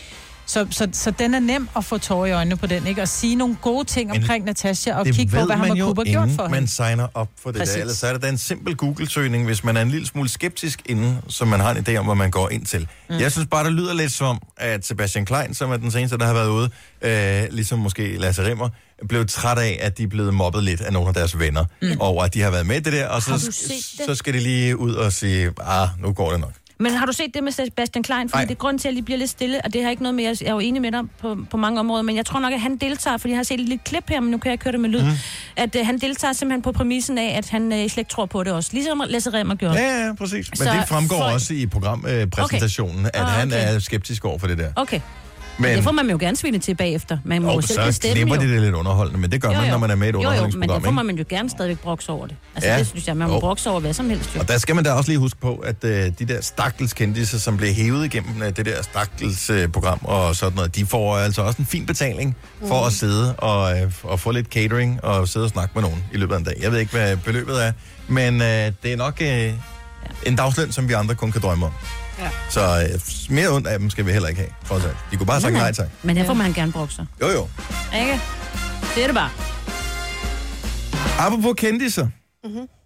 Så den er nem at få tårer i øjnene på den, ikke? Og sige nogle gode ting omkring Natasha, og kigge på, hvad han Mokuba gjort for hende. Man signer op for det der. Ellers så er det da en simpel Google-søgning, hvis man er en lille smule skeptisk inden, så man har en idé om, hvad man går ind til. Jeg synes bare, det lyder lidt som, at Sebastian Klein, som er den seneste, der har været ude, ligesom måske Lasse Rimmer, blev træt af, at de er blevet mobbet lidt af nogle af deres venner, over at de har været med i det der, og så skal de lige ud og sige, nu går det nok. Men har du set det med Sebastian Klein? Fordi det er grund til, at de bliver lidt stille, og det har ikke noget med, jeg er jo enig med dig på mange områder, men jeg tror nok, at han deltager, fordi jeg har set et lille klip her, men nu kan jeg køre det med lyd, at han deltager simpelthen på præmissen af, at han slet ikke tror på det også. Ligesom Lasse Rimmer gjorde. Ja, præcis. Men det fremgår også i programpræsentationen, at han er skeptisk over for det der. Okay. Men det får man jo gerne svine til bagefter. Man må selv bestemme, så klipper de det lidt underholdende, men det gør man, når man er med i et underholdningsprogram. Men det får man jo gerne stadigvæk brokse over det. Altså det synes jeg, man må brokse over hvad som helst. Jo. Og der skal man da også lige huske på, at de der stakkels kendisser, som blev hævet igennem det der stakkels program og sådan noget, de får altså også en fin betaling for at sidde og få lidt catering og sidde og snakke med nogen i løbet af en dag. Jeg ved ikke, hvad beløbet er, men det er nok en dagsløn, som vi andre kun kan drømme om. Ja. Så mere ondt af dem skal vi heller ikke have, trods alt. De kunne bare sige nej tak. Men her får man gerne brugt sig. Jo. Ikke? Det er det bare. Apropos kendisser.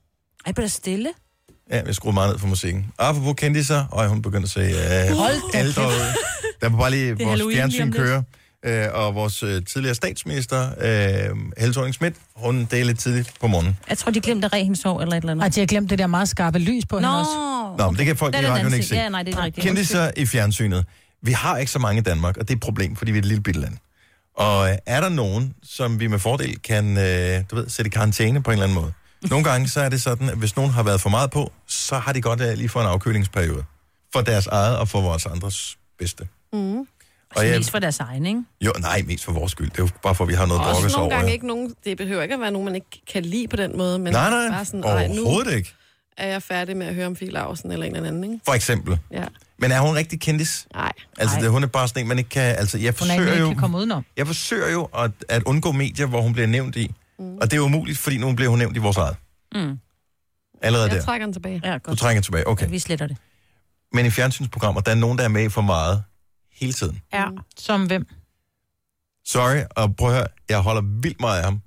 Ej, bliver stille. Ja, jeg skruede meget ned for musikken. Apropos kendiser, og hun begyndte at se ældre ud. Der var bare lige vores fjernsyn kører. Og vores tidligere statsminister, Helle Thorning-Schmidt, hun delte lidt tidligt på morgenen. Jeg tror, de glemte rent hår eller et eller andet. Og de har glemt det der meget skarpe lys på hende også. Nå, men det kan folk i radioen ikke se. Ja, nej, det er rigtigt. Kendiser i fjernsynet. Vi har ikke så mange i Danmark, og det er et problem, fordi vi er et lille bitte land. Og er der nogen, som vi med fordel kan sætte i karantæne på en eller anden måde? Nogle gange så er det sådan, at hvis nogen har været for meget på, så har de godt lige fået en afkølingsperiode. For deres eget og for vores andres bedste. Og mest for deres egen, ikke? Jo, nej, mest for vores skyld. Det er jo bare for, at vi har noget at brokkes over. Også nogle gange ikke nogen, det behøver ikke at være nogen, man ikke kan lide på den måde. Men nej, bare sådan, overhovedet ikke. Er jeg færdig med at høre om Fie Laursen eller en eller anden, ikke? For eksempel. Ja. Men er hun rigtig kendis? Nej. Altså, hun er bare sådan en, man ikke kan... Altså, jeg forsøger jo at undgå medier, hvor hun bliver nævnt i. Og det er umuligt, fordi nu bliver hun nævnt i vores eget. Allerede der. Jeg trækker den tilbage. Ja, godt. Du trækker den tilbage, okay. Ja, vi sletter det. Men i fjernsynsprogrammer, der er nogen, der er med for meget hele tiden. Ja, som hvem? Sorry, og prøv at høre, jeg holder vildt meget af ham.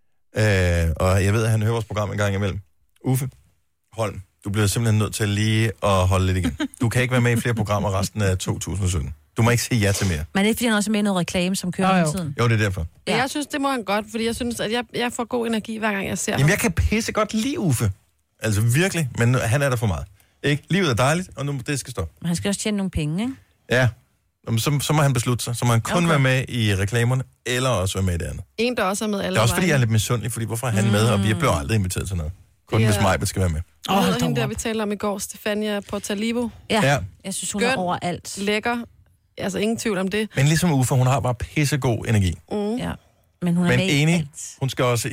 Og jeg ved, at han hører vores program en gang imellem. Uffe Holm, du bliver simpelthen nødt til lige at holde lidt igen. Du kan ikke være med i flere programmer resten af 2017. Du må ikke sige ja til mere. Men det er, fordi han også er med i noget reklame, som kører hele tiden. Jo, det er derfor. Ja. Jeg synes, det må han godt, fordi jeg synes, at jeg får god energi, hver gang jeg ser ham. Jamen, jeg kan pisse godt lide Uffe. Altså virkelig, men han er der for meget. Ikke? Livet er dejligt, og nu det skal stoppe. Men han skal også tjene nogle penge, ikke? Ja, så må han beslutte sig. Så må han kun være med i reklamerne, eller også være med i det andet. En, der også er med alle. Det er også fordi, jeg er lidt misundelig, fordi hvorfor er han med, og vi bliver aldrig inviteret til noget. Kun hvis Majbet skal være med. Hende der, vi talte om i går, Stefania Portalivo. Ja, jeg synes, hun er overalt. Lækker. Altså, ingen tvivl om det. Men ligesom Uffe, hun har bare pissegod energi. Ja. Men hun er med enig, i alt. Hun skal også...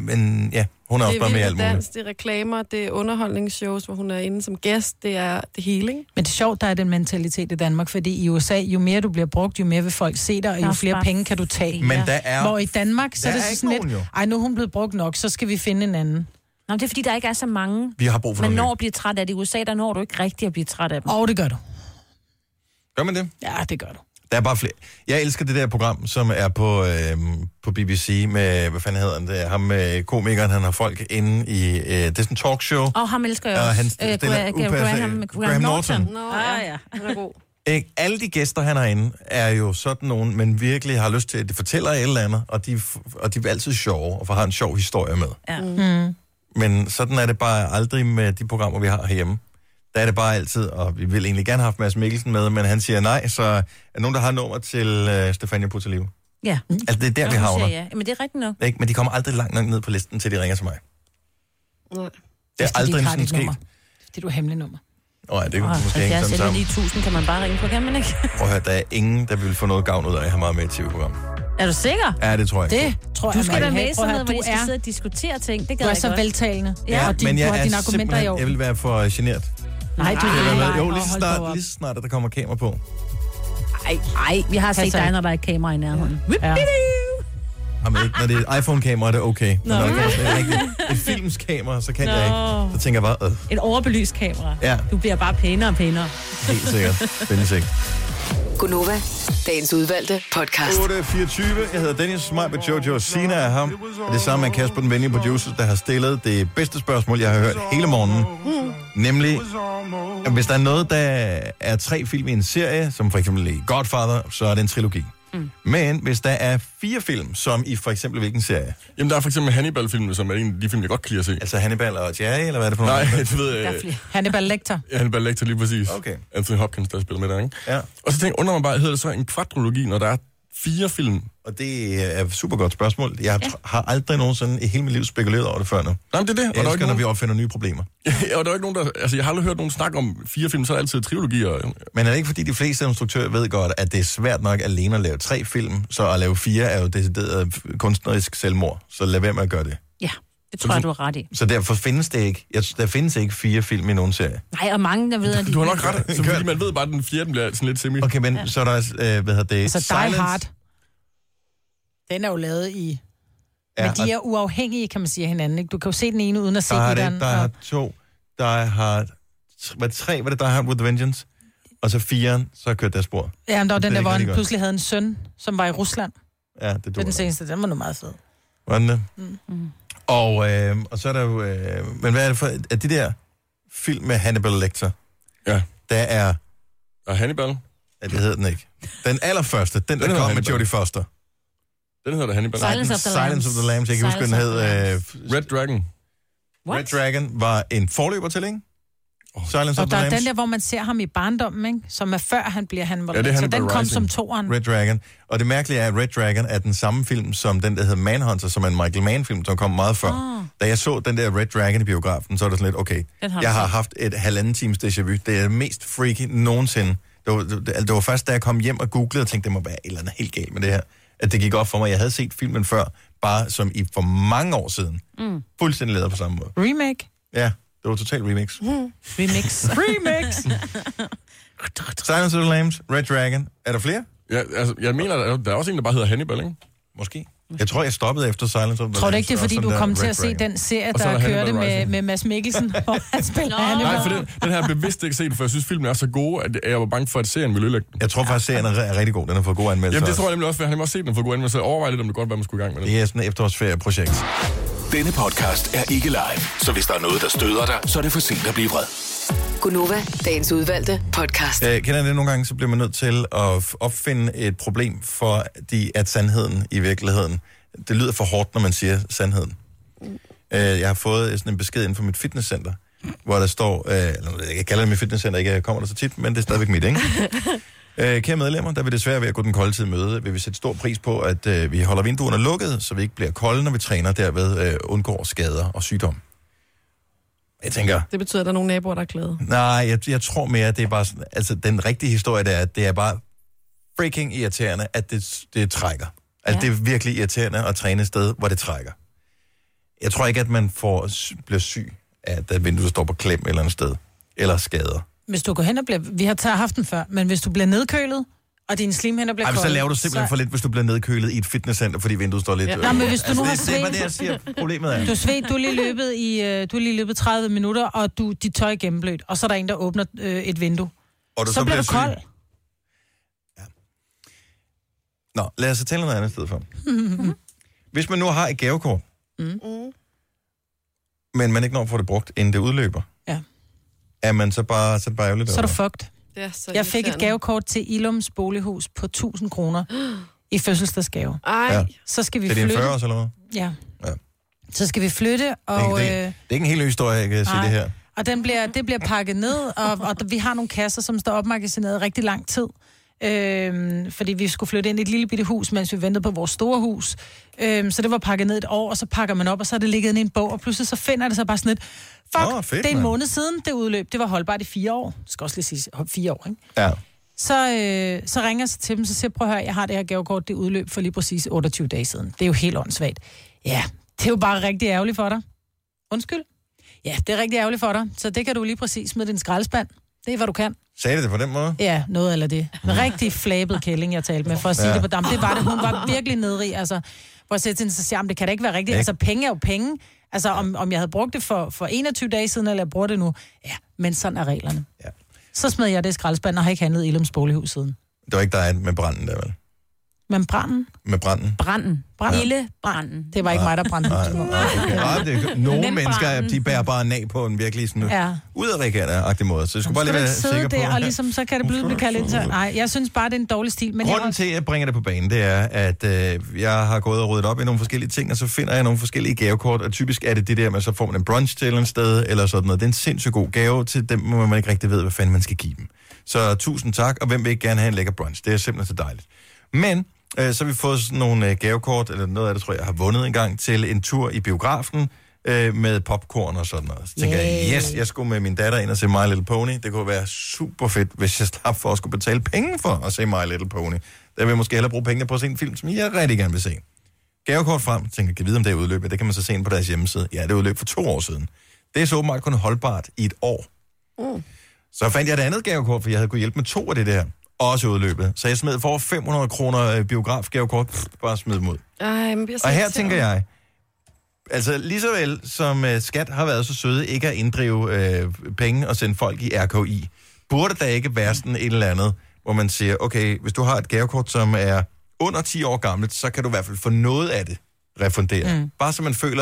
hun er også bare med i alt muligt. Dans, det er reklamer, det er underholdningsshows, hvor hun er inde som gæst. Det er det hele, ikke? Men det er sjovt, der er den mentalitet i Danmark, fordi i USA, jo mere du bliver brugt, jo mere vil folk se dig, og jo flere penge kan du tage. Men der er... Hvor i Danmark, så er det sådan lidt... Ej, nu er hun blevet brugt nok, så skal vi finde en anden. Nå, det er fordi, der ikke er så mange. Vi har brug for noget. Men når du bliver træt af det i USA, der når du ikke rigtig at blive træt af dem. Det gør du. Gør man det? Ja, det gør du. Der er bare flere. Jeg elsker det der program, som er på BBC med, hvad fanden hedder han, det er ham med komikeren, han har folk inde i, det er sådan en talkshow. Ham elsker jeg også. Graham Norton. Ja, han er god. Ikke? Alle de gæster, han har inde, er jo sådan nogen, men virkelig har lyst til, at de fortæller et eller andet, og de er altid sjove, og har en sjov historie med. Ja. Men sådan er det bare aldrig med de programmer, vi har herhjemme. Der er det bare altid, og vi vil egentlig gerne have haft Mads Mikkelsen med, men han siger nej, så er der nogen, der har nummer til Stefania Potalivo. Ja. Altså, det er der, vi havner. Ja. Men det er rigtigt nok. Ikke? Men de kommer aldrig langt nok ned på listen, til de ringer til mig. Nej. Det er aldrig sådan sket. Det er du hemmelige nummer. Det kunne måske hænge sådan sammen. 9.000 kan man bare ringe på, kan man ikke? Prøv at høre, der er ingen, der vil få noget gavn ud af at have meget med i et TV-program. Er du sikker? Ja, det tror jeg. Det tror jeg. Du skal være med i sådan noget, hvor de skal sidde og diskutere ting. Det du er så veltalende. Ja, og men jeg har dine argumenter i år. Jeg vil være for genert. Nej, du vil jo, lige så snart, der kommer kamera på. Ej, vi har set dig, når der er kamera i nærheden. Ja. Jamen, ikke. Når det er et iPhone-kamera, det er okay. Men når det kommer et filmskamera, så kan jeg ikke. Så tænker jeg bare... Et overbelyst kamera. Ja. Du bliver bare pænere og pænere. Helt sikkert. Spændende sikkert. Gunova, dagens udvalgte podcast. 8.24. Jeg hedder Dennis, mig med Jojo og Sina er ham. Og det samme med Kasper, den venlige producer, der har stillet det bedste spørgsmål, jeg har hørt hele morgenen. Nemlig, at hvis der er noget, der er 3 film i en serie, som for eksempel i Godfather, så er det en trilogi. Men hvis der er 4 film, som i for eksempel hvilken serie? Jamen, der er for eksempel Hannibal-filmen, som er en af de film, jeg godt kan lide at se. Altså Hannibal og Jerry, eller hvad er det for noget? Nej, det ved jeg. Hannibal Lecter. Ja, Hannibal Lecter, lige præcis. Okay. Anthony Hopkins, der spiller med der, ikke? Ja. Og så undrer mig bare, hedder det så en kvadrologi, når der er 4 film? Og det er et super godt spørgsmål. Jeg har aldrig nogensinde i hele mit liv spekuleret over det før nu. Nej, men det er det. Jeg elsker, når vi opfinder nye problemer. Ja, og der er ikke nogen, der... Altså, jeg har aldrig hørt nogen snakke om 4 film, så er det altid trilogier. Men er det ikke, fordi de fleste instruktører ved godt, at det er svært nok alene at lave 3 film, så at lave 4 er jo decideret kunstnerisk selvmord. Så lad være med at gøre det. Ja, det tror jeg, du har ret i. Så derfor findes det ikke. Der findes ikke 4 film i nogen serie. Nej, og mange, der ved, at du har nok ret. Så fordi man ved bare, at den 4. bliver sådan lidt semi. Okay, men så er der, hvad hedder det? Altså Die Hard. Den er jo lavet i... Ja, men de er uafhængige, kan man sige, af hinanden. Ikke? Du kan jo se den ene, uden at se den. Der er 2. Der har... Hvad 3? Var det Die Hard with a Vengeance? Og så 4'eren, så kørte der spor. Ja, men der var den der, hvor han pludselig havde en søn, som var i Rusland. Ja, det er den seneste. Den var nu meget fed. Var den det? Og så er der jo... men hvad er det for... Er de der film med Hannibal Lecter? Ja. Der er... Og Hannibal? Ja, det hedder den ikke. Den allerførste, den der kom med Jodie Foster. Den hedder der Hannibal. Silence of the Lambs. Jeg kan huske, den hed... Red Dragon. What? Red Dragon var en forløber til, ikke? Silence of the Lambs. Og der er den der, hvor man ser ham i barndommen, ikke? Som er før han bliver Hannibal. Ja, så den kom som toeren. Red Dragon. Og det mærkelige er, at Red Dragon er den samme film som den, der hedder Manhunter, som er en Michael Mann-film, som kom meget før. Da jeg så den der Red Dragon i biografen, så var det sådan lidt, okay, jeg har haft et 1,5 times déjà vu. Det er mest freaky nogensinde. Det var først, da jeg kom hjem og googlede og tænkte, det må være et eller andet helt galt med det her. At det gik op for mig. Jeg havde set filmen før, bare som i for mange år siden. Fuldstændig lavet på samme måde. Remake? Ja, det var totalt remix. Remix. Remix! Silence of the Lambs, Red Dragon. Er der flere? Ja, altså, jeg mener, der er også en, der bare hedder Hannibal, ikke? Måske. Jeg tror, jeg stoppede efter Silence of the Lambs. Tror du ikke, det er, fordi du kom til at se den serie, der kørte med Mads Mikkelsen, hvor han spiller Hannibal? Nej, for den har jeg bevidst ikke set, for jeg synes, filmen er så god, at jeg var bange for, at serien ville ødelægge den. Jeg tror faktisk, serien er rigtig god. Den har fået gode anmeldelser. Jamen, det tror jeg nemlig også, for han har også set den og fået gode anmeldelser. Overvej lidt, om det godt var, man skulle i gang med det. Det er sådan et efterårsferieprojekt. Denne podcast er ikke live, så hvis der er noget, der støder dig, så er det for sent at blive vred. Gunova, dagens udvalgte podcast. Kender det nogle gange, så bliver man nødt til at opfinde et problem, fordi at sandheden i virkeligheden, det lyder for hårdt, når man siger sandheden. Jeg har fået sådan en besked inden for mit fitnesscenter, hvor der står, jeg kalder det mit fitnesscenter, ikke jeg kommer der så tit, men det er stadigvæk mit, ikke? Kære medlemmer, der vil desværre ved at gå den kolde tid møde, vil vi sætte stor pris på, at vi holder vinduerne lukket, så vi ikke bliver kolde, når vi træner, derved undgår skader og sygdom. Jeg tænker... Det betyder, at der er nogle naboer, der er glade. Nej, jeg tror mere, at det er bare sådan... Altså, den rigtige historie, det er, at det er bare freaking irriterende, at det trækker. Altså, det er virkelig irriterende at træne et sted, hvor det trækker. Jeg tror ikke, at man bliver syg af, at vinduet står på klem et eller andet sted. Eller skader. Hvis du går hen og bliver... Vi har haft den før, men hvis du bliver nedkølet, og dine slimhinder bliver kolde... så laver du simpelthen for lidt, hvis du bliver nedkølet i et fitnesscenter, fordi vinduet står lidt... Ja. Nej, men hvis du nu har svedt... Det er det, jeg siger, problemet er. Du er svedt, du har lige løbet 30 minutter, og dit tøj er gennemblødt, og så er der en, der åbner et vindue. Og så bliver du kold. Ja. Nå, lad os tale noget andet sted for. Hvis man nu har et gavekort, men man ikke når at få det brugt, inden det udløber, er man så bare ærgerligt? Så er du fucked. Jeg fik et gavekort til Ilums bolighus på 1.000 kroner i fødselsdagsgave. Ja. Så skal vi flytte. Det er din 40 eller hvad? Ja. Så skal vi flytte, og... Det er ikke en hel ny historie, jeg kan sige det her. Og det bliver pakket ned, og vi har nogle kasser, som står opmagasineret rigtig lang tid. Fordi vi skulle flytte ind i et lille bitte hus, mens vi ventede på vores store hus. Så det var pakket ned et år, og så pakker man op, og så er det ligget i en bog, og pludselig så finder det så bare sådan et... Fedt, det er en måned siden, det udløb. Det var holdbart i 4 år. Det skal også lige sige 4 år, ikke? Ja. Så ringer jeg til dem, så siger prøv at høre, jeg har det her gavekort, det udløb for lige præcis 28 dage siden. Det er jo helt åndssvagt. Ja, det er jo bare rigtig ærgerligt for dig. Undskyld? Ja, det er rigtig ærgerligt for dig, så det kan du lige præcis smide din skraldespand. Det er, hvad du kan. Sagde det på den måde? Ja, noget eller det. En rigtig flabet kælling, jeg talte med, for at sige det på dem. Det var det. Hun var virkelig nedrig, altså. Hvor jeg sagde til hende, så siger det kan da ikke være rigtigt. Altså, penge er jo penge. Altså, om jeg havde brugt det for 21 dage siden, eller jeg bruger det nu. Ja, men sådan er reglerne. Ja. Så smed jeg det i skraldespanden, og har ikke handlet i Ilums bolighus siden. Det var ikke dig med branden der, vel? Men branden? Med branden? Branden. Ildebranden. Det var ikke mig, der brændte. Nogle mennesker, de bærer bare nag på en virkelig sådan udadreagerende-agtig måde. Så jeg skulle bare lige være sikker på... og ligesom, så kan det blive kaldt ind til... Nej, jeg synes bare, det er en dårlig stil. Men grunden til, at jeg bringer det på banen, det er, at jeg har gået og ryddet op i nogle forskellige ting, og så finder jeg nogle forskellige gavekort, og typisk er det der med, så får man en brunch til et sted, eller sådan noget. Det er en sindssygt god gave til dem, hvor man ikke rigtig ved, hvad fanden man skal give dem. Så 1000 tak, og hvem vil ikke gerne have en lækker brunch? Det er simpelthen så dejligt. Men så har vi fået sådan nogle gavekort, eller noget af det, tror jeg har vundet en gang, til en tur i biografen med popcorn og sådan noget. Så tænker jeg, yes, jeg skulle med min datter ind og se My Little Pony. Det kunne være super fedt, hvis jeg slap for at skulle betale penge for at se My Little Pony. Der vil jeg måske hellere bruge pengene på at se en film, som jeg rigtig gerne vil se. Gavekort frem, tænker jeg, kan vide, om det er udløbet. Det kan man så se ind på deres hjemmeside. Ja, det er udløbet for 2 år siden. Det er så åbenbart kun holdbart i et år. Så fandt jeg et andet gavekort, for jeg havde kunnet hjælpe med 2 af det der. Også udløbet. Så jeg smed for 500 kroner biografgavekort, bare smed dem ud. Og her tænker jeg, altså lige så vel som skat har været så søde ikke at inddrive penge og sende folk i RKI, burde der ikke være sådan et eller andet, hvor man siger, okay, hvis du har et gavekort, som er under 10 år gammelt, så kan du i hvert fald få noget af det refunderet. Bare så man føler,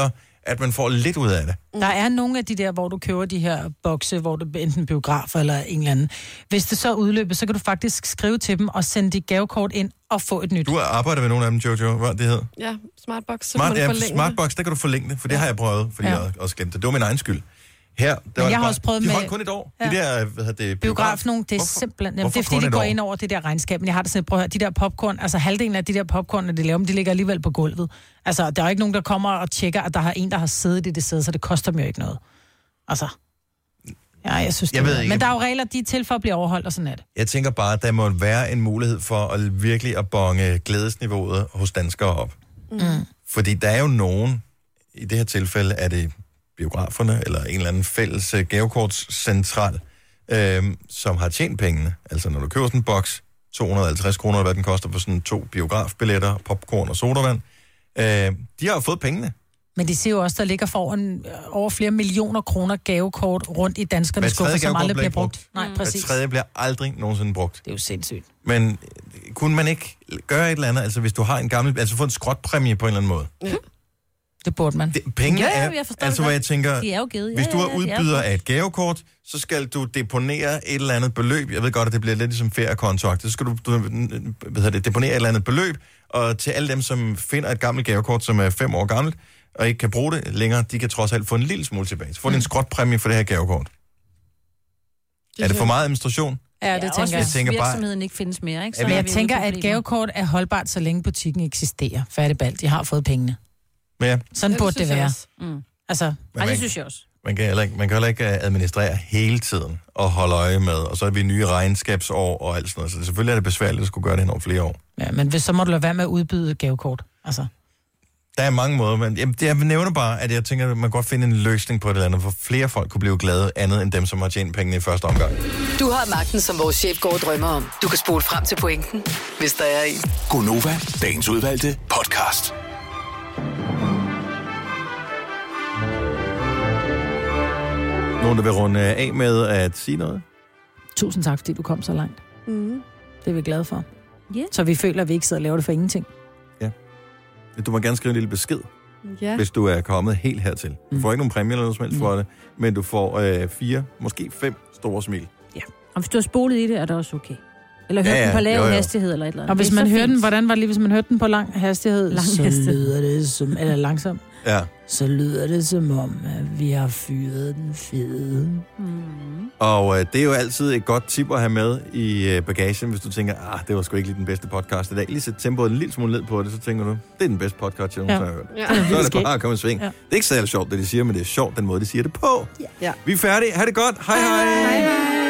at man får lidt ud af det. Der er nogle af de der, hvor du køber de her bokse, hvor du enten biografer eller en eller anden. Hvis det så udløber, så kan du faktisk skrive til dem og sende dit gavekort ind og få et nyt. Du har arbejdet med nogle af dem, Jojo. Hvad det hed? Ja, Smartbox. Smartbox, der kan du forlænge det, for det har jeg prøvet, fordi jeg også glemte det. Det var min egen skyld. Her, men jeg har også prøvet de med... holdt kun et år. Ja. De der, hvad hedder det, biograf nogen, det er simpelthen... Jamen, det er fordi, de går ind over det der regnskab. Men jeg har det sådan, prøv at høre, de der popcorn, altså halvdelen af de der popcorn, når de laver dem, de ligger alligevel på gulvet. Altså, der er jo ikke nogen, der kommer og tjekker, at der er en, der har siddet i det sæde, så det koster dem jo ikke noget. Altså... Ja, jeg synes det. Men der er jo regler, de er til for at blive overholdt, og sådan er det. Jeg tænker bare, at der må være en mulighed for at virkelig at bonge glædesniveauet hos danskere op. Fordi der er jo nogen, i det her tilfælde er det biograferne, eller en eller anden fælles gavekortscentral, som har tjent pengene. Altså når du køber sådan en boks, 250 kroner, hvad den koster for sådan 2 biografbilletter, popcorn og sodavand, de har jo fået pengene. Men de siger jo også, der ligger for over flere millioner kroner gavekort rundt i danskernes skuffer, som aldrig bliver brugt. Nej, præcis. Hver tredje bliver aldrig nogensinde brugt. Det er jo sindssygt. Men kunne man ikke gøre et eller andet, altså hvis du har en gammel, altså få en skrotpræmie på en eller anden måde? Ja. Det burde man. Penge er, altså hvor jeg tænker, de er jo givet. Hvis du er udbyder af et gavekort, så skal du deponere et eller andet beløb. Jeg ved godt, at det bliver lidt ligesom feriekontoakt. Så skal du deponere et eller andet beløb, og til alle dem, som finder et gammelt gavekort, som er 5 år gammelt, og ikke kan bruge det længere, de kan trods alt få en lille smule tilbage. Så få en skrotpræmie for det her gavekort. Er det for meget administration? Ja, det tænker jeg. Hvis virksomheden ikke findes mere, ikke? Så men jeg tænker, at gavekort er holdbart, så længe butikken eksisterer. Færdigbalt, de har fået pengene. Ja. Sådan burde det være. Altså, det synes jeg også. Man kan heller ikke administrere hele tiden og holde øje med, og så er vi nye regnskabsår og alt sådan noget. Så selvfølgelig er det besværligt at skulle gøre det hen over flere år. Ja, men så må du lade være med at udbyde gavekort. Altså. Der er mange måder, men jeg nævner bare, at jeg tænker, at man kan godt finde en løsning på det eller andet, hvor flere folk kunne blive glade andet end dem, som har tjent pengene i første omgang. Du har magten, som vores chef går og drømmer om. Du kan spole frem til pointen, hvis der er en. Gonova, dagens udvalgte podcast. Nogen, der vil runde af med at sige noget? Tusind tak, fordi du kom så langt. Det er vi glade for. Yeah. Så vi føler, at vi ikke sidder og laver det for ingenting. Ja. Du må gerne skrive en lille besked, hvis du er kommet helt hertil. Du får ikke nogen præmie eller noget som helst for det, men du får 4, måske 5 store smil. Ja. Og hvis du har spolet i det, er det også okay. Eller hørt den på lav hastighed eller et eller andet. Og hvis man hører den, hvordan var det lige, hvis man hørte den på lang hastighed? Lyder det som, eller langsomt. Ja. Så lyder det som om, at vi har fyret den fede. Og det er jo altid et godt tip at have med i bagagen, hvis du tænker, det var sgu ikke lige den bedste podcast i dag. Lige sæt tempoet en lille smule ned på det, så tænker du, det er den bedste podcast, jeg nogensinde har hørt. Ja. Så er det bare at komme i sving. Ja. Det er ikke særlig sjovt, det de siger, men det er sjovt, den måde, de siger det på. Ja. Vi er færdige. Ha' det godt. Hej hej. Hej, hej.